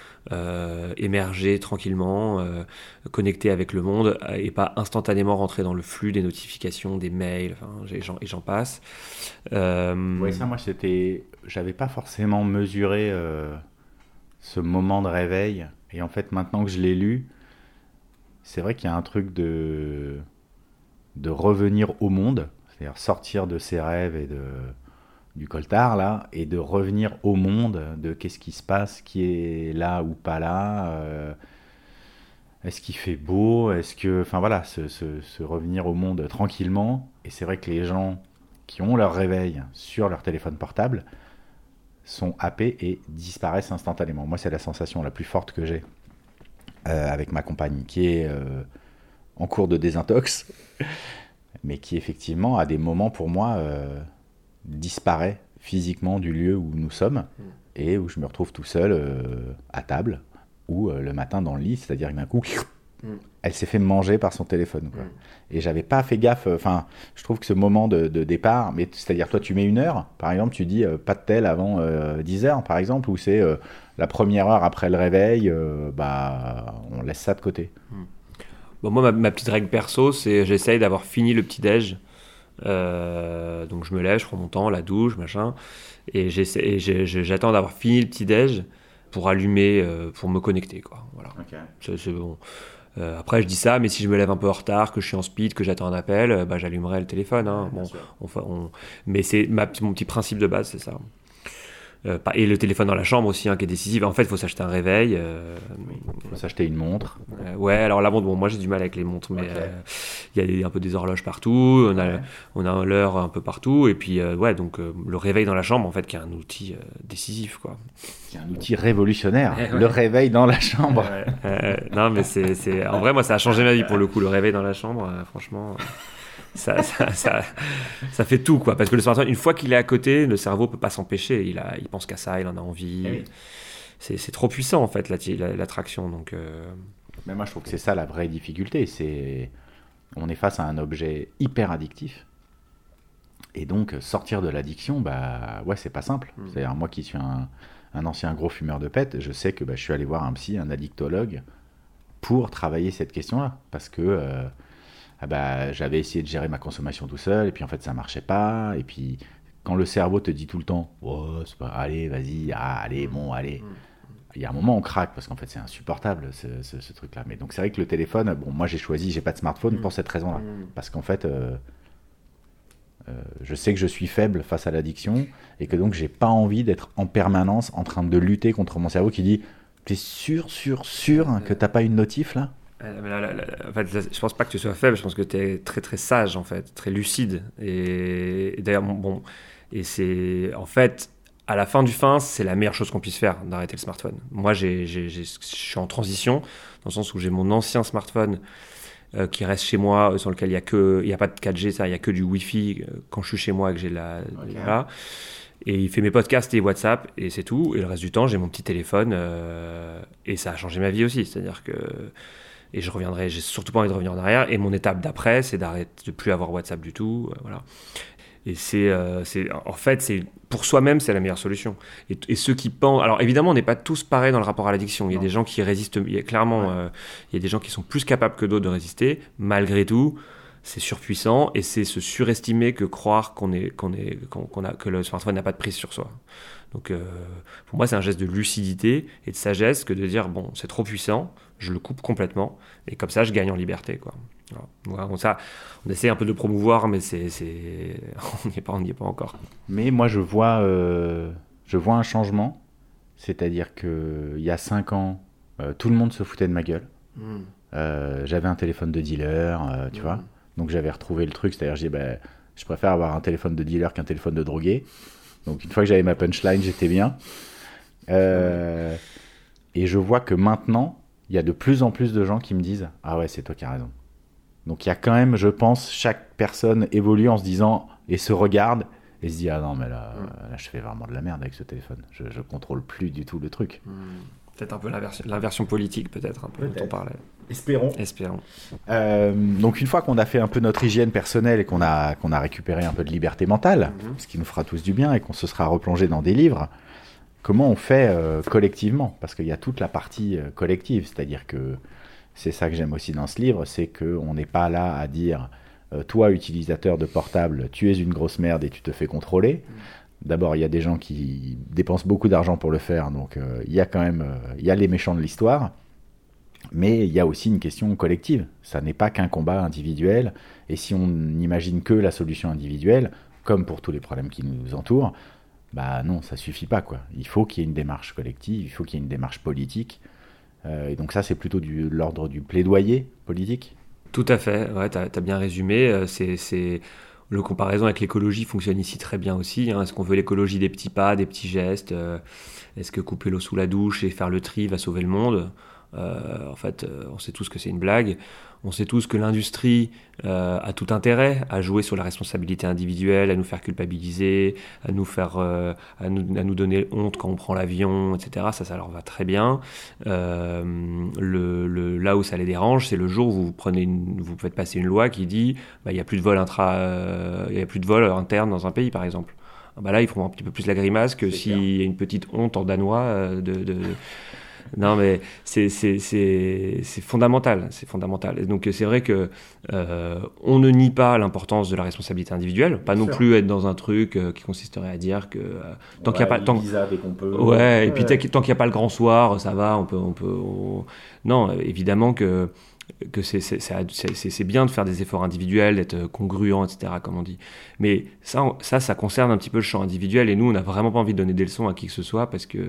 émerger tranquillement, connecté avec le monde et pas instantanément rentrer dans le flux des notifications, des mails, enfin, et j'en passe. Oui, ça, moi, j'avais pas forcément mesuré ce moment de réveil. Et en fait, maintenant que je l'ai lu, c'est vrai qu'il y a un truc de revenir au monde, c'est-à-dire sortir de ses rêves et du coltard, là, et de revenir au monde, de qu'est-ce qui se passe, qui est là ou pas là, est-ce qu'il fait beau, enfin voilà, se revenir au monde tranquillement. Et c'est vrai que les gens qui ont leur réveil sur leur téléphone portable sont happés et disparaissent instantanément. Moi, c'est la sensation la plus forte que j'ai avec ma compagne, qui est en cours de désintox, mais qui effectivement, à des moments pour moi, disparaît physiquement du lieu où nous sommes et où je me retrouve tout seul à table ou le matin dans le lit, c'est-à-dire que d'un coup, elle s'est fait manger par son téléphone, quoi. Et j'avais pas fait gaffe. Enfin, je trouve que ce moment de départ, mais c'est-à-dire toi tu mets 1 heure, par exemple, tu dis pas de tel avant 10 heures, par exemple, ou c'est la première heure après le réveil, on laisse ça de côté. Bon, moi, ma petite règle perso, c'est j'essaye d'avoir fini le petit-déj. Donc je me lève, je prends mon temps, la douche, machin, et j'attends d'avoir fini le petit-déj pour allumer, pour me connecter, quoi. Voilà. Okay. C'est bon. Après, je dis ça, mais si je me lève un peu en retard, que je suis en speed, que j'attends un appel, j'allumerai le téléphone. Mais c'est mon petit principe de base, c'est ça. Et le téléphone dans la chambre aussi, qui est décisif. En fait, il faut s'acheter un réveil. Il faut s'acheter une montre. Ouais, alors la montre, moi j'ai du mal avec les montres, mais il y a un peu des horloges partout, on a l'heure un peu partout, et puis donc le réveil dans la chambre, en fait, qui est un outil décisif, quoi. C'est un outil révolutionnaire, le réveil dans la chambre. Non, mais c'est en vrai, moi ça a changé ma vie pour le coup, le réveil dans la chambre, franchement. Ça fait tout, quoi, parce que le smartphone, une fois qu'il est à côté, le cerveau peut pas s'empêcher, il pense qu'à ça, il en a envie. Oui. C'est trop puissant, en fait, l'attraction. Donc mais moi je trouve que c'est ça la vraie difficulté, on est face à un objet hyper addictif, et donc sortir de l'addiction, c'est pas simple. C'est-à-dire, moi qui suis un ancien gros fumeur de pète, je sais que je suis allé voir un psy, un addictologue, pour travailler cette question-là, parce que j'avais essayé de gérer ma consommation tout seul, et puis en fait ça marchait pas, et puis quand le cerveau te dit tout le temps oh, c'est pas, allez, vas-y, allez, bon, allez. Il y a un moment, on craque parce qu'en fait, c'est insupportable ce truc-là. Mais donc, c'est vrai que le téléphone, bon, moi, j'ai pas de smartphone pour cette raison-là. Parce qu'en fait, je sais que je suis faible face à l'addiction et que donc, j'ai pas envie d'être en permanence en train de lutter contre mon cerveau qui dit t'es sûr que t'as pas une notif là? En fait, je pense pas que tu sois faible, je pense que tu es très très sage en fait, très lucide. Et d'ailleurs, bon, et c'est en fait à la fin du fin, c'est la meilleure chose qu'on puisse faire d'arrêter le smartphone. Moi, je suis en transition dans le sens où j'ai mon ancien smartphone qui reste chez moi, sur lequel il y a pas de 4G, ça, il y a que du Wi-Fi quand je suis chez moi et que j'ai voilà. Et il fait mes podcasts et WhatsApp et c'est tout. Et le reste du temps, j'ai mon petit téléphone et ça a changé ma vie aussi. C'est-à-dire que et j'ai surtout pas envie de revenir en arrière. Et mon étape d'après, c'est d'arrêter de plus avoir WhatsApp du tout, voilà. Et en fait, pour soi-même, c'est la meilleure solution. Et ceux qui pensent, alors évidemment, on n'est pas tous pareils dans le rapport à l'addiction. Il y a des gens qui résistent, il y a des gens qui sont plus capables que d'autres de résister. Malgré tout, c'est surpuissant et c'est se surestimer que croire que le smartphone n'a pas de prise sur soi. Donc, pour moi, c'est un geste de lucidité et de sagesse que de dire bon, c'est trop puissant, je le coupe complètement et comme ça, je gagne en liberté, quoi. Voilà, on essaie un peu de promouvoir, mais on n'y est pas encore. Mais moi, je vois un changement, c'est-à-dire qu'il y a 5 ans, tout le monde se foutait de ma gueule. J'avais un téléphone de dealer, tu vois. Donc j'avais retrouvé le truc, c'est-à-dire je préfère avoir un téléphone de dealer qu'un téléphone de drogué. Donc une fois que j'avais ma punchline, j'étais bien. Et je vois que maintenant, il y a de plus en plus de gens qui me disent « Ah ouais, c'est toi qui as raison ». Donc il y a quand même, je pense, chaque personne évolue en se disant et se regarde et se dit « Ah non, mais là, je fais vraiment de la merde avec ce téléphone. Je contrôle plus du tout le truc. » Peut-être un peu l'inversion politique, peut-être, un peu, dont on parlait. Espérons. Donc une fois qu'on a fait un peu notre hygiène personnelle et qu'on a récupéré un peu de liberté mentale, ce qui nous fera tous du bien et qu'on se sera replongé dans des livres, comment on fait collectivement? Parce qu'il y a toute la partie collective, c'est-à-dire que c'est ça que j'aime aussi dans ce livre, c'est qu'on n'est pas là à dire toi, utilisateur de portable, tu es une grosse merde et tu te fais contrôler. D'abord, il y a des gens qui dépensent beaucoup d'argent pour le faire, donc il y a quand même il y a les méchants de l'histoire. Mais il y a aussi une question collective. Ça n'est pas qu'un combat individuel. Et si on n'imagine que la solution individuelle, comme pour tous les problèmes qui nous entourent, bah non, ça suffit pas, quoi. Il faut qu'il y ait une démarche collective, il faut qu'il y ait une démarche politique. Et donc ça, c'est plutôt l'ordre du plaidoyer politique. Tout à fait, ouais, t'as bien résumé. Le comparaison avec l'écologie fonctionne ici très bien aussi. Est-ce qu'on veut l'écologie des petits pas, des petits gestes? Est-ce que couper l'eau sous la douche et faire le tri va sauver le monde? En fait, on sait tous que c'est une blague. On sait tous que l'industrie a tout intérêt à jouer sur la responsabilité individuelle, à nous faire culpabiliser, à nous donner honte quand on prend l'avion, etc. Ça leur va très bien. Là où ça les dérange, c'est le jour où vous faites passer une loi qui dit il n'y a plus de vol interne dans un pays, par exemple. Là, ils feront un petit peu plus la grimace que s'il y a une petite honte en danois Non, mais c'est fondamental, c'est fondamental. Et donc c'est vrai que on ne nie pas l'importance de la responsabilité individuelle, pas non plus être dans un truc qui consisterait à dire que tant qu'il y a pas et puis tant qu'il y a pas le grand soir, ça va, on peut. Non, évidemment que c'est bien de faire des efforts individuels, d'être congruent, etc., comme on dit. Mais ça concerne un petit peu le champ individuel, et nous, on n'a vraiment pas envie de donner des leçons à qui que ce soit, parce que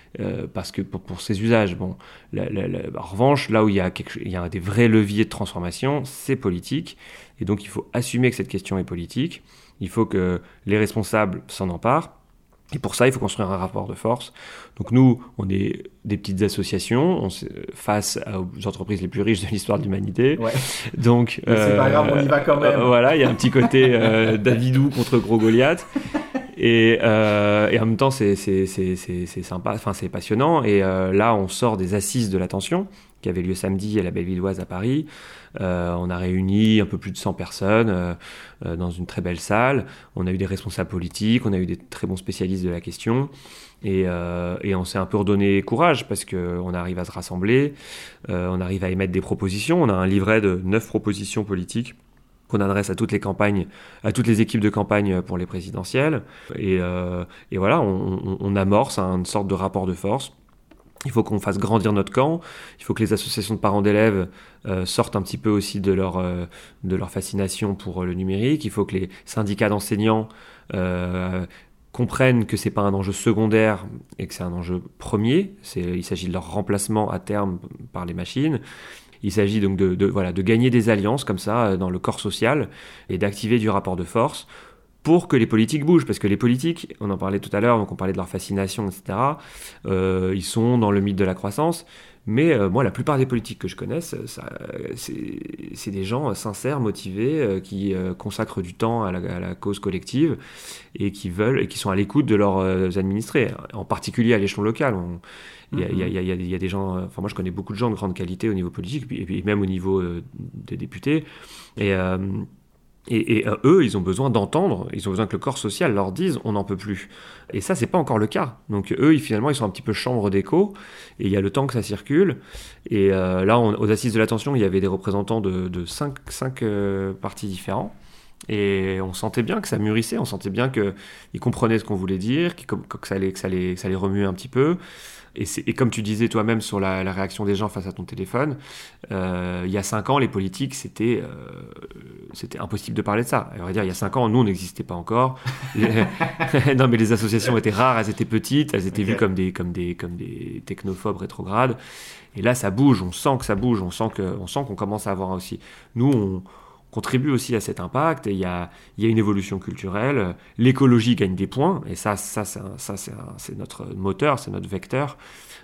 pour ses usages, bon, en revanche, là où il y a des vrais leviers de transformation, c'est politique, et donc il faut assumer que cette question est politique, il faut que les responsables s'en emparent, et pour ça, il faut construire un rapport de force. Donc nous, on est des petites associations, face aux entreprises les plus riches de l'histoire de l'humanité. Ouais. Donc, c'est pas grave, on y va quand même. Voilà, il y a un petit côté Davidou contre Gros Goliath. Et en même temps, c'est sympa, enfin c'est passionnant. Et là, on sort des assises de l'attention qui avaient lieu samedi à la Bellevilloise à Paris. On a réuni un peu plus de 100 personnes dans une très belle salle. On a eu des responsables politiques, on a eu des très bons spécialistes de la question. Et on s'est un peu redonné courage parce qu'on arrive à se rassembler, on arrive à émettre des propositions. On a un livret de 9 propositions politiques qu'on adresse à toutes les campagnes, à toutes les équipes de campagne pour les présidentielles. Et voilà, on amorce une sorte de rapport de force. Il faut qu'on fasse grandir notre camp. Il faut que les associations de parents d'élèves sortent un petit peu aussi de leur fascination pour le numérique. Il faut que les syndicats d'enseignants comprennent que c'est pas un enjeu secondaire et que c'est un enjeu premier. Il s'agit de leur remplacement à terme par les machines. Il s'agit donc de gagner des alliances comme ça dans le corps social et d'activer du rapport de force pour que les politiques bougent. Parce que les politiques, on en parlait tout à l'heure, donc on parlait de leur fascination, etc. Ils sont dans le mythe de la croissance. Mais moi, la plupart des politiques que je connaisse, c'est des gens sincères, motivés, qui consacrent du temps à la cause collective et qui sont à l'écoute de leurs administrés, en particulier à l'échelon local. Il y a des gens, enfin moi je connais beaucoup de gens de grande qualité au niveau politique et puis même au niveau des députés. Et eux, ils ont besoin d'entendre, ils ont besoin que le corps social leur dise on n'en peut plus. Et ça, c'est pas encore le cas. Donc eux, finalement, ils sont un petit peu chambre d'écho, et il y a le temps que ça circule. Et là, aux Assises de l'attention, il y avait des représentants de cinq partis différents. Et on sentait bien que ça mûrissait, on sentait bien qu'ils comprenaient ce qu'on voulait dire, que ça allait remuer un petit peu. Et comme tu disais toi-même sur la réaction des gens face à ton téléphone, il y a 5 ans, les politiques, c'était impossible de parler de ça. À vrai dire, il y a 5 ans, nous, on n'existait pas encore. Non, mais les associations étaient rares, elles étaient petites, elles étaient vues comme des technophobes rétrogrades. Et là, ça bouge, on sent que ça bouge, on sent qu'on commence à avoir aussi... Nous, on contribue aussi à cet impact, et il y a une évolution culturelle, l'écologie gagne des points, et ça c'est notre moteur, c'est notre vecteur,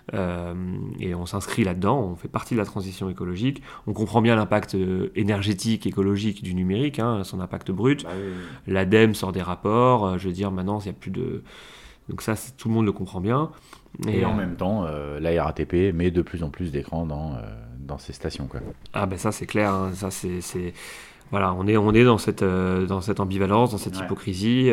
et on s'inscrit là-dedans, on fait partie de la transition écologique, on comprend bien l'impact énergétique, écologique du numérique, son impact brut, l'ADEME sort des rapports, je veux dire maintenant il n'y a plus de... Donc ça, tout le monde le comprend bien. Et en même temps, la RATP met de plus en plus d'écrans dans ces stations, quoi. Ah ben ça c'est clair, ça c'est... Voilà, on est dans cette ambivalence, dans cette hypocrisie.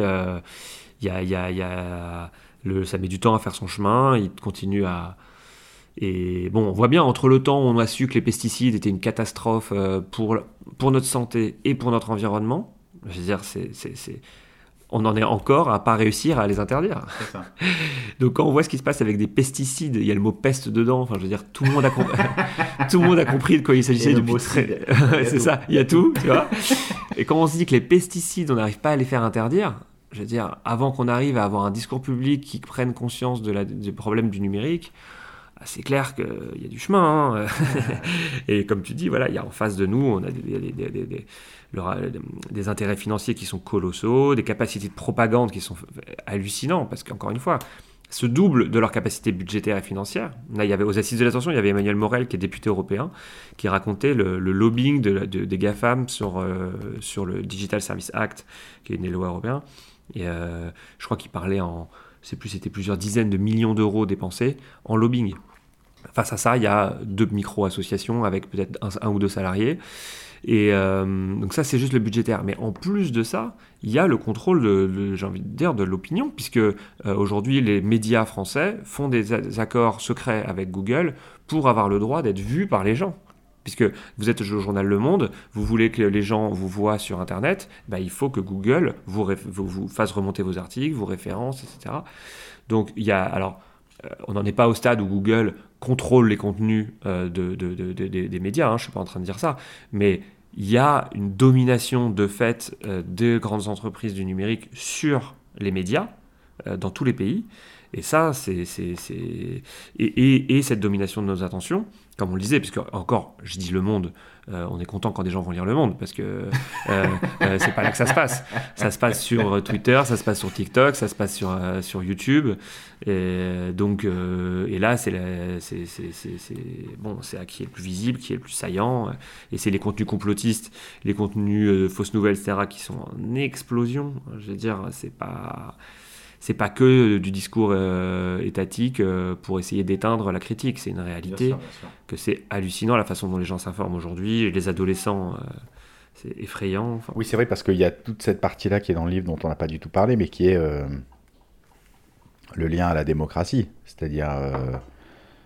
Ça met du temps à faire son chemin, il continue à... Et bon, on voit bien, entre le temps où on a su que les pesticides étaient une catastrophe pour notre santé et pour notre environnement, je veux dire, on en est encore à pas réussir à les interdire. C'est ça. Donc quand on voit ce qui se passe avec des pesticides, il y a le mot peste dedans, enfin je veux dire, tout le monde a compris de quoi il s'agissait depuis très... C'est ça, il y a tout, tu vois. Et quand on se dit que les pesticides, on n'arrive pas à les faire interdire, je veux dire, avant qu'on arrive à avoir un discours public qui prenne conscience des problèmes du numérique, c'est clair qu'il y a du chemin. Et comme tu dis, voilà, il y a en face de nous, on a des intérêts financiers qui sont colossaux, des capacités de propagande qui sont hallucinantes, parce qu'encore une fois, se doublent de leur capacité budgétaire et financière. Là, il y avait aux Assises de l'attention, il y avait Emmanuel Morel, qui est député européen, qui racontait le lobbying des GAFAM sur le Digital Service Act, qui est une loi européenne. Et je crois qu'il parlait c'était plusieurs dizaines de millions d'euros dépensés en lobbying. Face à ça, il y a 2 micro-associations avec peut-être un ou 2 salariés. Et donc ça, c'est juste le budgétaire. Mais en plus de ça, il y a le contrôle j'ai envie de dire, de l'opinion, puisque aujourd'hui, les médias français font des accords secrets avec Google pour avoir le droit d'être vus par les gens. Puisque vous êtes au journal Le Monde, vous voulez que les gens vous voient sur Internet, il faut que Google vous fasse remonter vos articles, vos références, etc. Donc, on n'en est pas au stade où Google contrôle les contenus des médias, je ne suis pas en train de dire ça, mais il y a une domination de fait des grandes entreprises du numérique sur les médias dans tous les pays. Et ça, et cette domination de nos attentions, comme on le disait, puisque encore, je dis Le Monde, on est content quand des gens vont lire Le Monde, parce que c'est pas là que ça se passe. Ça se passe sur Twitter, ça se passe sur TikTok, ça se passe sur YouTube. Et donc, et là, c'est à qui est le plus visible, qui est le plus saillant. Et c'est les contenus complotistes, les contenus fausses nouvelles, etc., qui sont en explosion. Je veux dire, c'est pas que du discours étatique pour essayer d'éteindre la critique, c'est une réalité, bien sûr. Que c'est hallucinant la façon dont les gens s'informent aujourd'hui, les adolescents, c'est effrayant. Enfin... Oui, c'est vrai, parce qu'il y a toute cette partie-là qui est dans le livre dont on n'a pas du tout parlé, mais qui est le lien à la démocratie, c'est-à-dire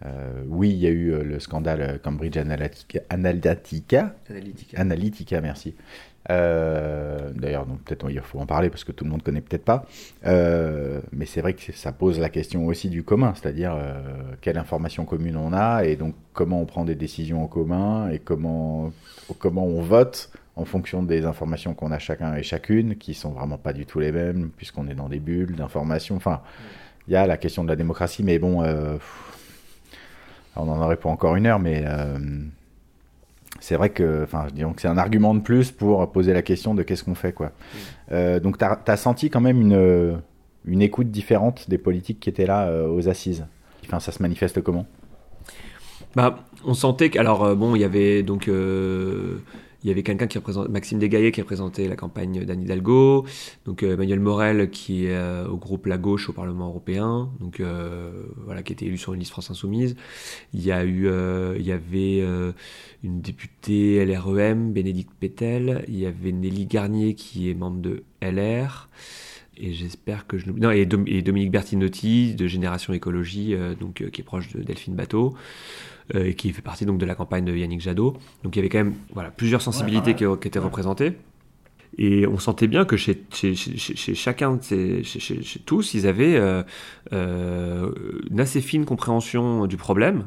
Oui, il y a eu le scandale Cambridge Analytica, merci. D'ailleurs, donc, peut-être il faut en parler parce que tout le monde connaît peut-être pas. Mais c'est vrai que ça pose la question aussi du commun, c'est-à-dire quelle information commune on a et donc comment on prend des décisions en commun et comment on vote en fonction des informations qu'on a chacun et chacune, qui sont vraiment pas du tout les mêmes puisqu'on est dans des bulles d'informations. Enfin, il y a la question de la démocratie, mais bon. On en aurait pour encore une heure, mais c'est vrai que, disons que c'est un argument de plus pour poser la question de qu'est-ce qu'on fait, quoi. Donc, t'as senti quand même une écoute différente des politiques qui étaient là aux assises. Enfin, ça se manifeste comment ? On sentait que, alors bon, il y avait donc il y avait quelqu'un qui représente, Maxime Desgaillés, qui représentait la campagne d'Anne Hidalgo, donc Emmanuel Morel qui est au groupe La Gauche au Parlement européen, donc voilà, qui était élu sur une liste France Insoumise. Il y avait une députée LREM, Bénédicte Pétel. Il y avait Nelly Garnier qui est membre de LR. Et j'espère que et Dominique Bertinotti de Génération Écologie, qui est proche de Delphine Batho. Et qui fait partie donc de la campagne de Yannick Jadot. Donc il y avait quand même plusieurs sensibilités qui étaient représentées. Et on sentait bien que chez chacun, chez tous, ils avaient une assez fine compréhension du problème.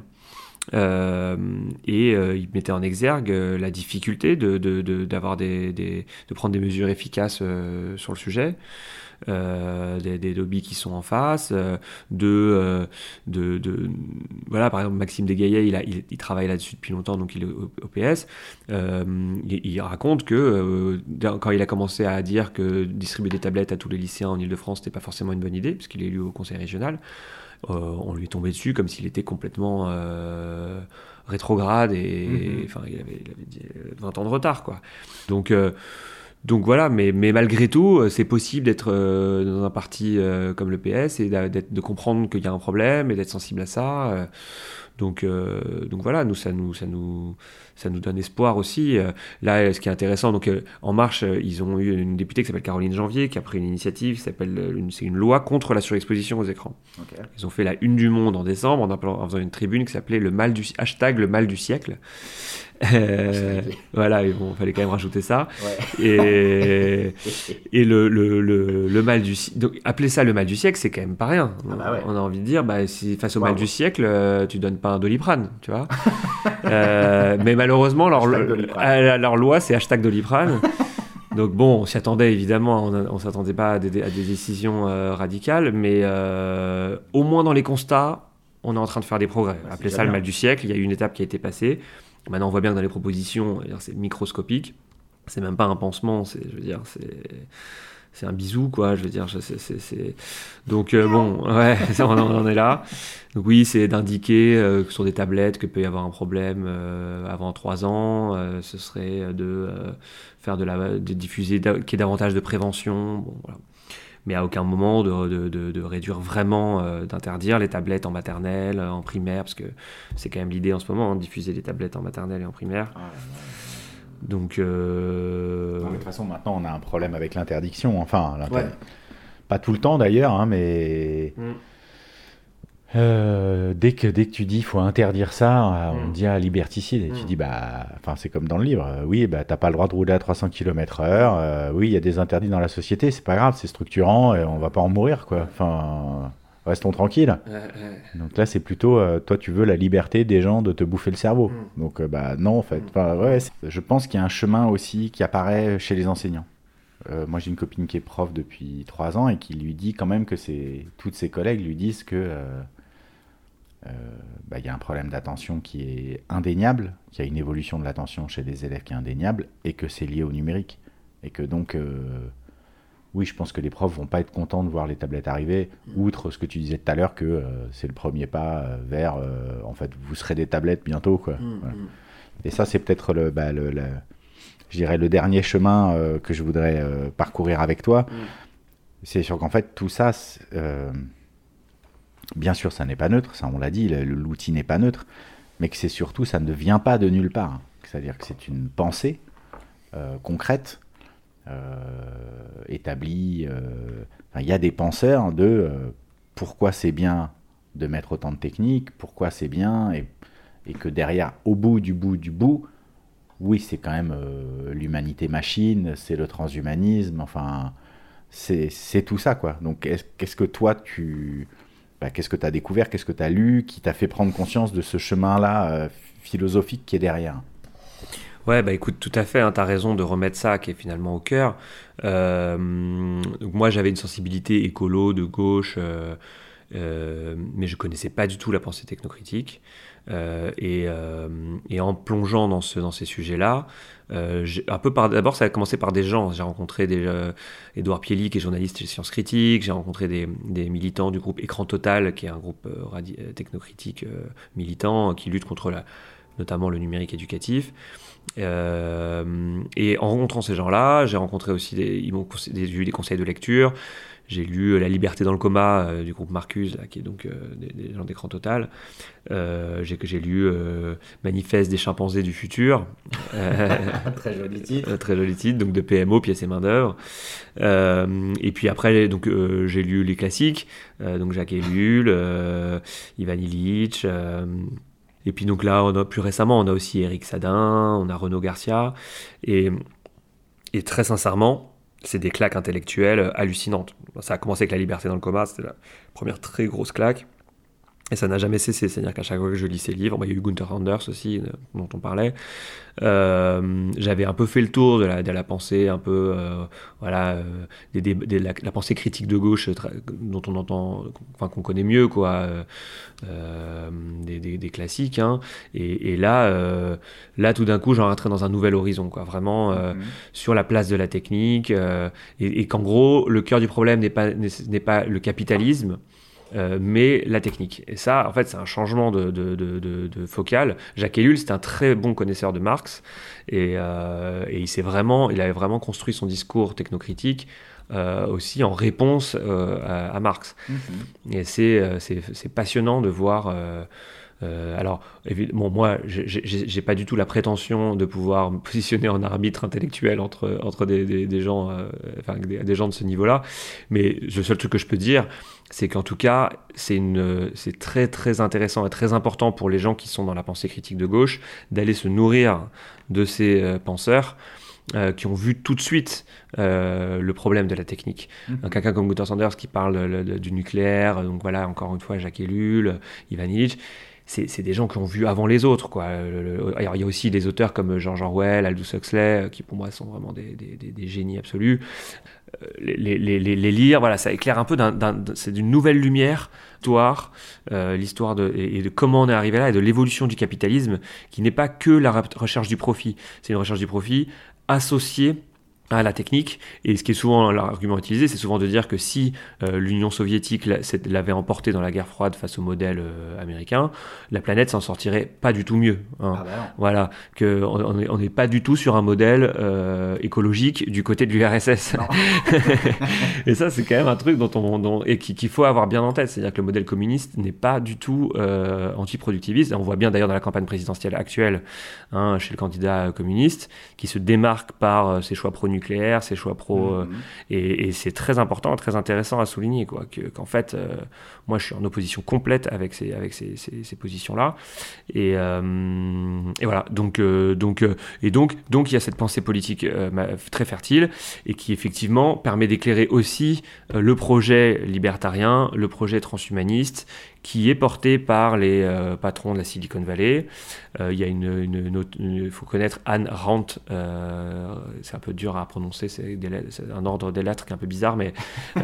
Ils mettaient en exergue la difficulté de prendre des mesures efficaces sur le sujet. Des lobbies qui sont en face, voilà, par exemple Maxime Desgaillés, il travaille là-dessus depuis longtemps, donc il est au PS. Il raconte que quand il a commencé à dire que distribuer des tablettes à tous les lycéens en Ile-de-France c'était pas forcément une bonne idée, puisqu'il est élu au conseil régional, on lui est tombé dessus comme s'il était complètement rétrograde et il avait 20 ans de retard, quoi. Donc voilà, mais malgré tout, c'est possible d'être dans un parti comme le PS et de comprendre qu'il y a un problème et d'être sensible à ça. Donc voilà, ça nous donne espoir aussi. Là, ce qui est intéressant, En Marche, ils ont eu une députée qui s'appelle Caroline Janvier, qui a pris une initiative, c'est une loi contre la surexposition aux écrans. Okay. Ils ont fait la une du Monde en décembre en faisant une tribune qui s'appelait le mal du siècle. Voilà, il fallait quand même rajouter ça. Ouais. Et le mal du siècle, donc appeler ça le mal du siècle, c'est quand même pas rien. On a envie de dire, si face au mal du siècle, tu donnes pas un Doliprane, tu vois. Mais malheureusement, leur loi, c'est #Doliprane. Donc bon, on s'y attendait évidemment, on s'attendait pas à des décisions radicales, mais au moins dans les constats, on est en train de faire des progrès. Appeler ça le mal du siècle, il y a eu une étape qui a été passée. Maintenant, on voit bien que dans les propositions, c'est microscopique. C'est même pas un pansement, c'est un bisou, quoi. Donc, on en est là. Donc oui, c'est d'indiquer sur des tablettes que peut y avoir un problème avant 3 ans. Ce serait de faire de diffuser, qu'il y ait davantage de prévention. Bon, voilà. Mais à aucun moment de réduire vraiment, d'interdire les tablettes en maternelle, en primaire, parce que c'est quand même l'idée en ce moment, de diffuser les tablettes en maternelle et en primaire. Donc... de toute façon, maintenant, on a un problème avec l'interdiction. Pas tout le temps d'ailleurs, mais... Dès que tu dis faut interdire ça, on dit liberticide et tu dis c'est comme dans le livre, t'as pas le droit de rouler à 300 km/h, oui il y a des interdits dans la société, c'est pas grave, c'est structurant et on va pas en mourir, quoi. Restons tranquilles. Donc là c'est plutôt toi tu veux la liberté des gens de te bouffer le cerveau. Donc non en fait. Je pense qu'il y a un chemin aussi qui apparaît chez les enseignants. Moi j'ai une copine qui est prof depuis 3 ans et qui lui dit quand même que toutes ses collègues lui disent que y a un problème d'attention qui est indéniable, qu'il y a une évolution de l'attention chez les élèves qui est indéniable et que c'est lié au numérique. Et que donc, oui, je pense que les profs vont pas être contents de voir les tablettes arriver, outre ce que tu disais tout à l'heure, que c'est le premier pas vers, en fait, vous serez des tablettes bientôt, quoi. Voilà. Et ça, c'est peut-être je dirais le dernier chemin que je voudrais parcourir avec toi. C'est sûr qu'en fait, tout ça... bien sûr, ça n'est pas neutre, ça on l'a dit, l'outil n'est pas neutre, mais que c'est surtout, ça ne vient pas de nulle part. C'est-à-dire que c'est une pensée concrète, établie. Il y a des penseurs de pourquoi c'est bien de mettre autant de techniques, pourquoi c'est bien, et que derrière, au bout du bout, oui, c'est quand même l'humanité machine, c'est le transhumanisme, enfin, c'est tout ça, quoi. Donc, qu'est-ce que toi, qu'est-ce que tu as découvert, qu'est-ce que tu as lu, qui t'a fait prendre conscience de ce chemin-là philosophique qui est derrière? Ouais, bah écoute, tout à fait, hein, tu as raison de remettre ça qui est finalement au cœur. Donc moi, j'avais une sensibilité écolo, de gauche, mais je connaissais pas du tout la pensée technocritique. Et en plongeant dans ces sujets-là, d'abord ça a commencé par des gens. J'ai rencontré Édouard Pieli, qui est journaliste chez Sciences Critiques. J'ai rencontré des militants du groupe Écran Total, qui est un groupe technocritique militant qui lutte contre notamment le numérique éducatif. Et en rencontrant ces gens-là, j'ai rencontré aussi j'ai eu des conseils de lecture. J'ai lu La liberté dans le coma du groupe Marcuse, là, qui est donc des gens d'Écran Total. J'ai lu Manifeste des chimpanzés du futur. Très joli titre. Très joli titre, donc de PMO, pièce et main d'œuvre. Et puis après, donc, j'ai lu les classiques, donc Jacques Ellul, Ivan Illich. Et puis donc là, plus récemment, on a aussi Éric Sadin, on a Renaud Garcia. Et très sincèrement, c'est des claques intellectuelles hallucinantes. Ça a commencé avec La liberté dans le coma, c'était la première très grosse claque. Et ça n'a jamais cessé, c'est-à-dire qu'à chaque fois que je lis ces livres, il y a eu Gunther Anders aussi, dont on parlait. J'avais un peu fait le tour de la pensée, un peu, la pensée critique de gauche, dont on entend, enfin qu'on connaît mieux, quoi, des classiques. Hein. Et là, tout d'un coup, j'en rentrais dans un nouvel horizon, quoi, vraiment sur la place de la technique, et qu'en gros, le cœur du problème n'est pas le capitalisme. Mais la technique. Et ça, en fait, c'est un changement de focal. Jacques Ellul, c'est un très bon connaisseur de Marx, et il avait vraiment construit son discours technocritique aussi en réponse à Marx. Et c'est passionnant de voir. Alors, évidemment, moi, j'ai pas du tout la prétention de pouvoir me positionner en arbitre intellectuel entre des gens, des gens de ce niveau-là. Mais le seul truc que je peux dire, c'est qu'en tout cas, c'est très très intéressant et très important pour les gens qui sont dans la pensée critique de gauche d'aller se nourrir de ces penseurs qui ont vu tout de suite le problème de la technique. Quelqu'un comme Gunther Anders qui parle du nucléaire, donc voilà, encore une fois, Jacques Ellul, Ivan Illich. C'est des gens qui ont vu avant les autres, quoi. Alors, il y a aussi des auteurs comme George Orwell, Aldous Huxley, qui pour moi sont vraiment des génies absolus. Les lire, voilà, ça éclaire un peu c'est d'une nouvelle lumière, l'histoire de comment on est arrivé là, et de l'évolution du capitalisme, qui n'est pas que la recherche du profit. C'est une recherche du profit associée à la technique, et ce qui est souvent l'argument utilisé, c'est souvent de dire que si l'Union soviétique l'avait emporté dans la guerre froide face au modèle américain, la planète s'en sortirait pas du tout mieux. Hein. Ah ben voilà, que on n'est pas du tout sur un modèle écologique du côté de l'URSS. Et ça, c'est quand même un truc qu'il faut avoir bien en tête, c'est-à-dire que le modèle communiste n'est pas du tout antiproductiviste. On voit bien d'ailleurs dans la campagne présidentielle actuelle, hein, chez le candidat communiste, qui se démarque par ses choix pro-nucléaire, ses choix et c'est très important, très intéressant à souligner, quoi, qu'en fait, moi je suis en opposition complète avec ces positions-là, et voilà, donc il y a cette pensée politique très fertile, et qui effectivement permet d'éclairer aussi le projet libertarien, le projet transhumaniste, qui est porté par les patrons de la Silicon Valley. Il y a il faut connaître Anne Rand, c'est un peu dur à prononcer, c'est un ordre des lettres qui est un peu bizarre, mais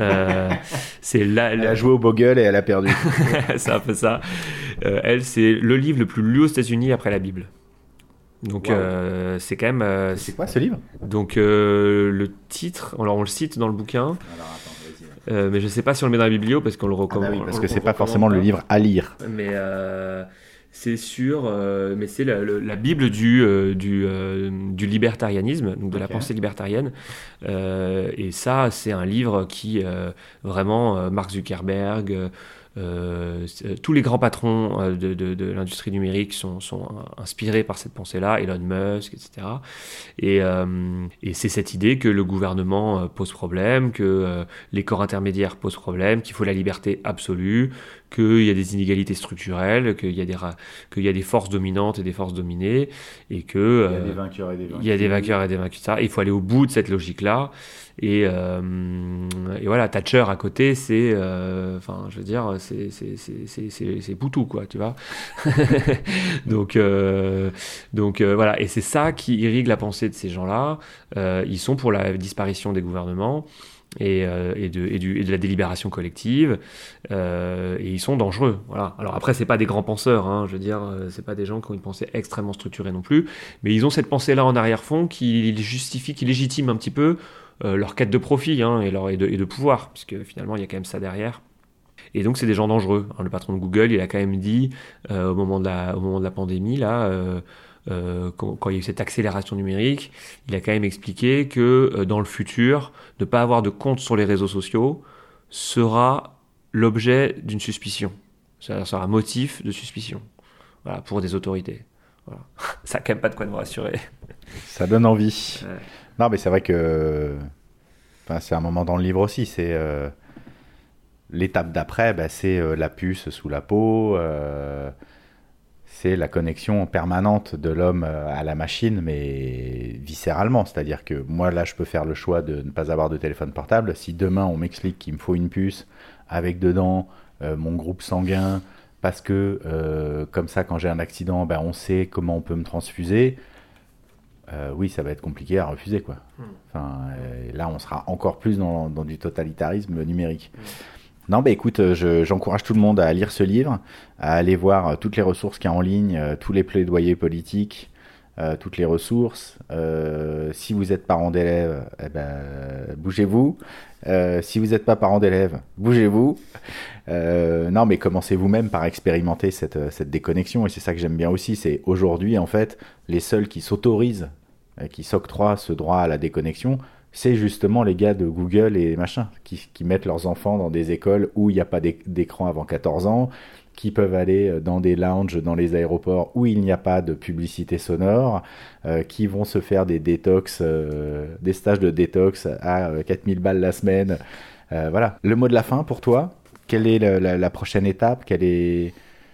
elle a joué au Bogle et elle a perdu. C'est un peu ça. Elle, c'est le livre le plus lu aux États-Unis après la Bible. Donc c'est quand même... c'est quoi ce livre ? Donc le titre, alors on le cite dans le bouquin. Alors attends. Mais je ne sais pas si on le met dans la biblio parce qu'on le recommande. Ah bah oui, parce que c'est pas forcément le livre à lire. Mais c'est sûr, mais c'est la Bible du libertarianisme, donc de la pensée libertarienne. Et ça, c'est un livre qui vraiment Mark Zuckerberg, tous les grands patrons de l'industrie numérique sont inspirés par cette pensée-là, Elon Musk, etc. Et c'est cette idée que le gouvernement pose problème, que les corps intermédiaires posent problème, qu'il faut la liberté absolue, qu'il y a des inégalités structurelles, qu'il y a des forces dominantes et des forces dominées, et que il y a des vainqueurs et des vaincus. Il y a des vainqueurs et des vaincus. Il faut aller au bout de cette logique-là. Et voilà, Thatcher à côté, c'est Poutou, quoi, tu vois. donc voilà, et c'est ça qui irrigue la pensée de ces gens-là. Ils sont pour la disparition des gouvernements et de la délibération collective, et ils sont dangereux. Voilà. Alors après, c'est pas des grands penseurs, hein, je veux dire, c'est pas des gens qui ont une pensée extrêmement structurée non plus, mais ils ont cette pensée-là en arrière-fond qui légitime un petit peu leur quête de profit, hein, et de pouvoir, puisque finalement il y a quand même ça derrière. Et donc c'est des gens dangereux. Hein. Le patron de Google, il a quand même dit au moment de la pandémie là. Quand il y a eu cette accélération numérique, il a quand même expliqué que dans le futur, ne pas avoir de compte sur les réseaux sociaux sera l'objet d'une suspicion. Ça sera un motif de suspicion, voilà, pour des autorités. Voilà. Ça n'a quand même pas de quoi nous rassurer. Ça donne envie. Ouais. Non, mais c'est vrai que c'est un moment dans le livre aussi. C'est l'étape d'après, c'est la puce sous la peau. C'est la connexion permanente de l'homme à la machine, mais viscéralement. C'est-à-dire que moi, là, je peux faire le choix de ne pas avoir de téléphone portable. Si demain, on m'explique qu'il me faut une puce avec dedans mon groupe sanguin, parce que comme ça, quand j'ai un accident, on sait comment on peut me transfuser. Oui, ça va être compliqué à refuser, quoi. Enfin, là, on sera encore plus dans du totalitarisme numérique. Non, écoute, j'encourage tout le monde à lire ce livre, à aller voir toutes les ressources qu'il y a en ligne, tous les plaidoyers politiques, toutes les ressources. Si vous êtes parent d'élèves, bougez-vous. Si vous n'êtes pas parent d'élèves, bougez-vous. Non, mais commencez vous-même par expérimenter cette déconnexion. Et c'est ça que j'aime bien aussi. C'est aujourd'hui, en fait, les seuls qui s'autorisent, qui s'octroient ce droit à la déconnexion, c'est justement les gars de Google et machin, qui mettent leurs enfants dans des écoles où il n'y a pas d'écran avant 14 ans, qui peuvent aller dans des lounges dans les aéroports où il n'y a pas de publicité sonore, qui vont se faire des détox, des stages de détox à 4000 balles la semaine. Voilà. Le mot de la fin pour toi, quelle est la prochaine étape? Quel est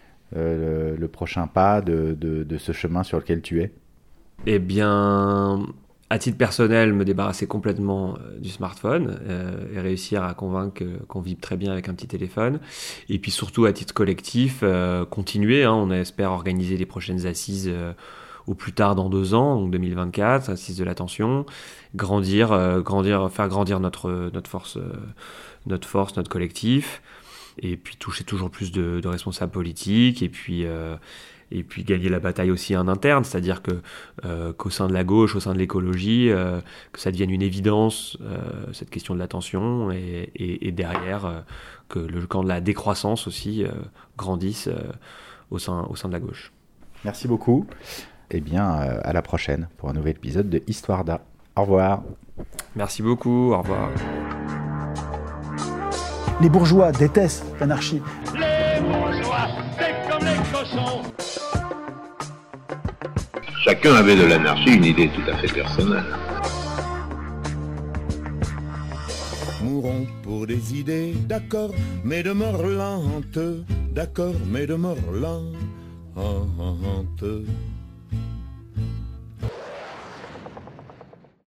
le prochain pas de ce chemin sur lequel tu es? Eh bien, à titre personnel, me débarrasser complètement du smartphone et réussir à convaincre qu'on vibre très bien avec un petit téléphone. Et puis surtout, à titre collectif, continuer. Hein, on espère organiser les prochaines assises au plus tard dans 2 ans, donc 2024, assises de l'attention. Faire grandir notre force, notre collectif. Et puis toucher toujours plus de responsables politiques. Et puis gagner la bataille aussi en interne, c'est-à-dire qu'au sein de la gauche, au sein de l'écologie, que ça devienne une évidence, cette question de l'attention, et derrière, que le camp de la décroissance aussi grandisse au sein de la gauche. Merci beaucoup. Eh bien, à la prochaine pour un nouvel épisode de Histoire d'A. Au revoir. Merci beaucoup, au revoir. Les bourgeois détestent l'anarchie. Les bourgeois, c'est comme les cochons. Chacun avait de l'anarchie une idée tout à fait personnelle. Mourons pour des idées, d'accord, mais de mort lente, d'accord, mais de mort lente.